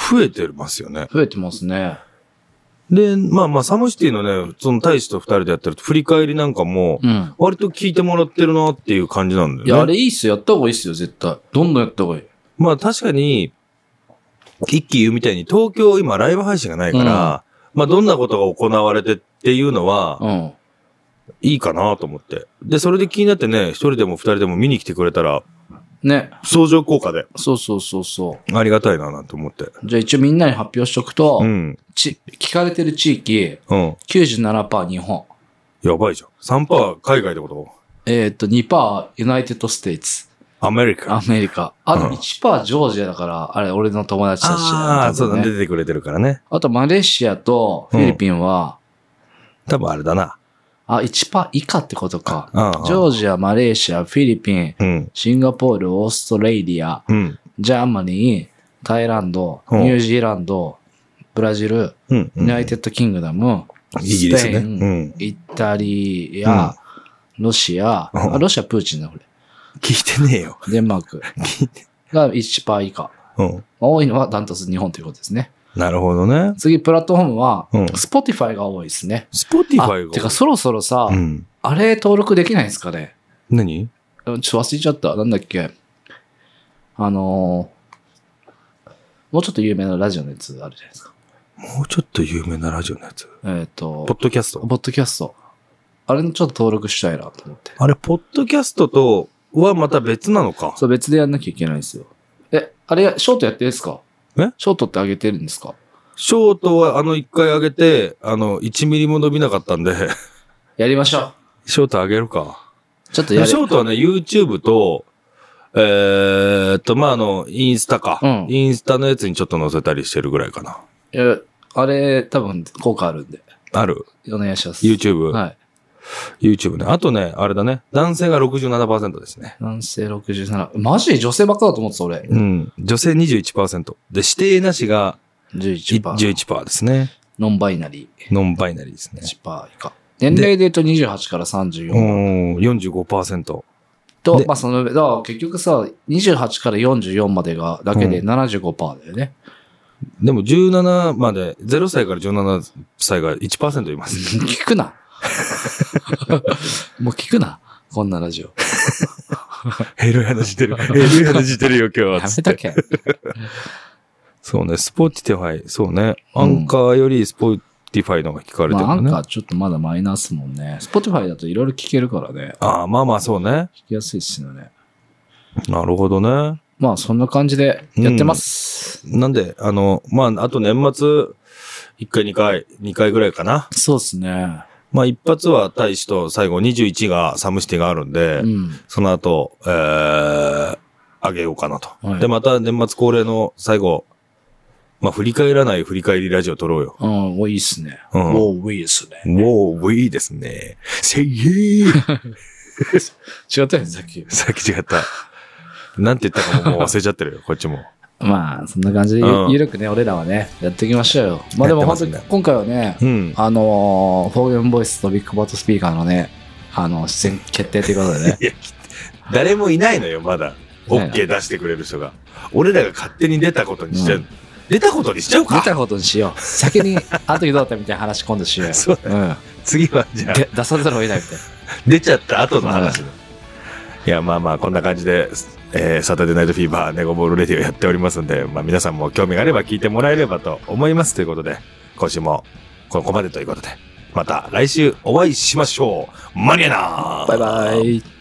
増えてますよね。 増えてますね。 で、まあまあ、サムシティのね、その大使と二人でやってると振り返りなんかも、割と聞いてもらってるなっていう感じなんだよね。 いや、あれいいっすよ。やった方がいいっすよ、絶対。どんどんやった方がいい。 まあ確かに、一気言うみたいに東京今ライブ配信がないから、うん、まあどんなことが行われてっていうのは、うん、いいかなと思って。で、それで気になってね、一人でも二人でも見に来てくれたら、 ね。 相乗効果で。 そうそうそうそう。 ありがたいななんて思って。 じゃあ一応みんなに発表しとくと、うん、ち聞かれてる地域、うん、きゅうじゅうななパーセント 日本。 やばいじゃん。さんパーセント 海外ってこと？ えー、っと、にパーセント ユナイテッドステイツ。 アメリカ。 アメリカ。あと いちパーセント ジョージアだから、あれ、俺の友達たち、ね。 ああ、そうだ、出てくれてるからね。 あとマレーシアとフィリピンは、 うん、多分あれだな。 あ、いちパーセント 以下ってことか。ジョージア、マレーシア、フィリピン、うん、シンガポール、オーストラリア、うん、ジャーマニー、タイランド、ニュージーランド、ブラジル、うん、ユナイテッドキングダム、スペイン、ね、うん、イタリア、うん、ロシア、あ、ロシアプーチンだ、これ。 聞いてねえよ。 デンマーク。が いちパーセント 以下。うん、多いのはダントツ日本ということですね。 なるほどね。 次、プラットフォームは、うん、Spotify が多いですね。 Spotify が多い。 てか、そろそろさ、うん、あれ登録できないんですかね？ 何？ ちょっと忘れちゃった。なんだっけ。あのー、もうちょっと有名なラジオのやつあるじゃないですか。 もうちょっと有名なラジオのやつ。 えっと、 ポッドキャスト。 ポッドキャスト。あれのちょっと登録したいなと思って。 あれ、ポッドキャストとはまた別なのか。 そう、別でやんなきゃいけないんですよ。え、あれ、ショートやってるんですか？ え？ ショートって上げてるんですか？ ショートはあの一回上げて、あの、いちミリも伸びなかったんで。 やりましょう。ショート上げるか。 ちょっとやる。 ショートはね、YouTube と、えーっと、まあ、あの、インスタか、うん。インスタのやつにちょっと載せたりしてるぐらいかな。 いや、あれ、多分、効果あるんで。 ある。 お願いします。 YouTube? はい。 YouTube ね。あとね、あれだね。男性が ろくじゅうななパーセント ですね。 男性ろくじゅうなな。マジで女性ばっかだと思ってた、俺。 うん。女性 にじゅういちパーセント。で、指定なしが、 じゅういちパーセント。 じゅういちパーセント ですね。 ノンバイナリー。 ノンバイナリーですね。 いちパーセント 以下。年齢で言うとにじゅうはちからさんじゅうよん。 うん、よんじゅうごパーセント。 と、まあその、だから結局さ、にじゅうはちからよんじゅうよんまでが、だけで ななじゅうごパーセント だよね。 うん、でもじゅうななまで、ゼロさいからじゅうななさいが いちパーセント います。 聞くな。もう聞くな。こんなラジオ。 ヘロい話してる。ヘロい話してるよ、今日は。 やめとけ。 そうね、スポティティファイ、そうね。アンカーよりスポティファイの方が聞かれてるね。 まあ、アンカーちょっとまだマイナスもんね。スポティファイだといろいろ聞けるからね。 ああ、まあまあそうね。 聞きやすいっすよね。 なるほどね。 まあそんな感じでやってます。 うん、なんで、あの、まあ、あと年末、いっかい、にかい、にかいぐらいかな。 そうっすね。 まあ一発は大使と最後にじゅういちがサムシティがあるんで、うん、その後、えー、あげようかなと、はい。で、また年末恒例の最後、まあ振り返らない振り返りラジオ撮ろうよ。 うん、いいっすね。うん。おー、いいっすね。 おー、いいですね。せいえー違ったよね、さっき。 さっき違った。なんて言ったかももう忘れちゃってるよ、こっちも。 まあ、そんな感じでゆ、うん、ゆるくね、俺らはね、やっていきましょうよ。まあでも本当に、今回はね、うん、あのー、フォーゲンボイスとビッグバットスピーカーのね、あの、出演決定ということでね。いや、 誰もいないのよ、まだ。OK 出してくれる人が。俺らが勝手に出たことにしてる、うん。 出たことにしちゃうか。 出たことにしよう。先に、あの時どうだったみたいな話今度しようよ。 そうだ、ね。うん。次はじゃあ。 出さざるを得ないみたいな。 出ちゃった後の話だ。いや、まあまあ、こんな感じで、えー、サタデーナイトフィーバー、ネゴボールレディをやっておりますんで、まあ皆さんも興味があれば聞いてもらえればと思いますということで、今週もここまでということで、また来週お会いしましょう。マニアナーバイバイ。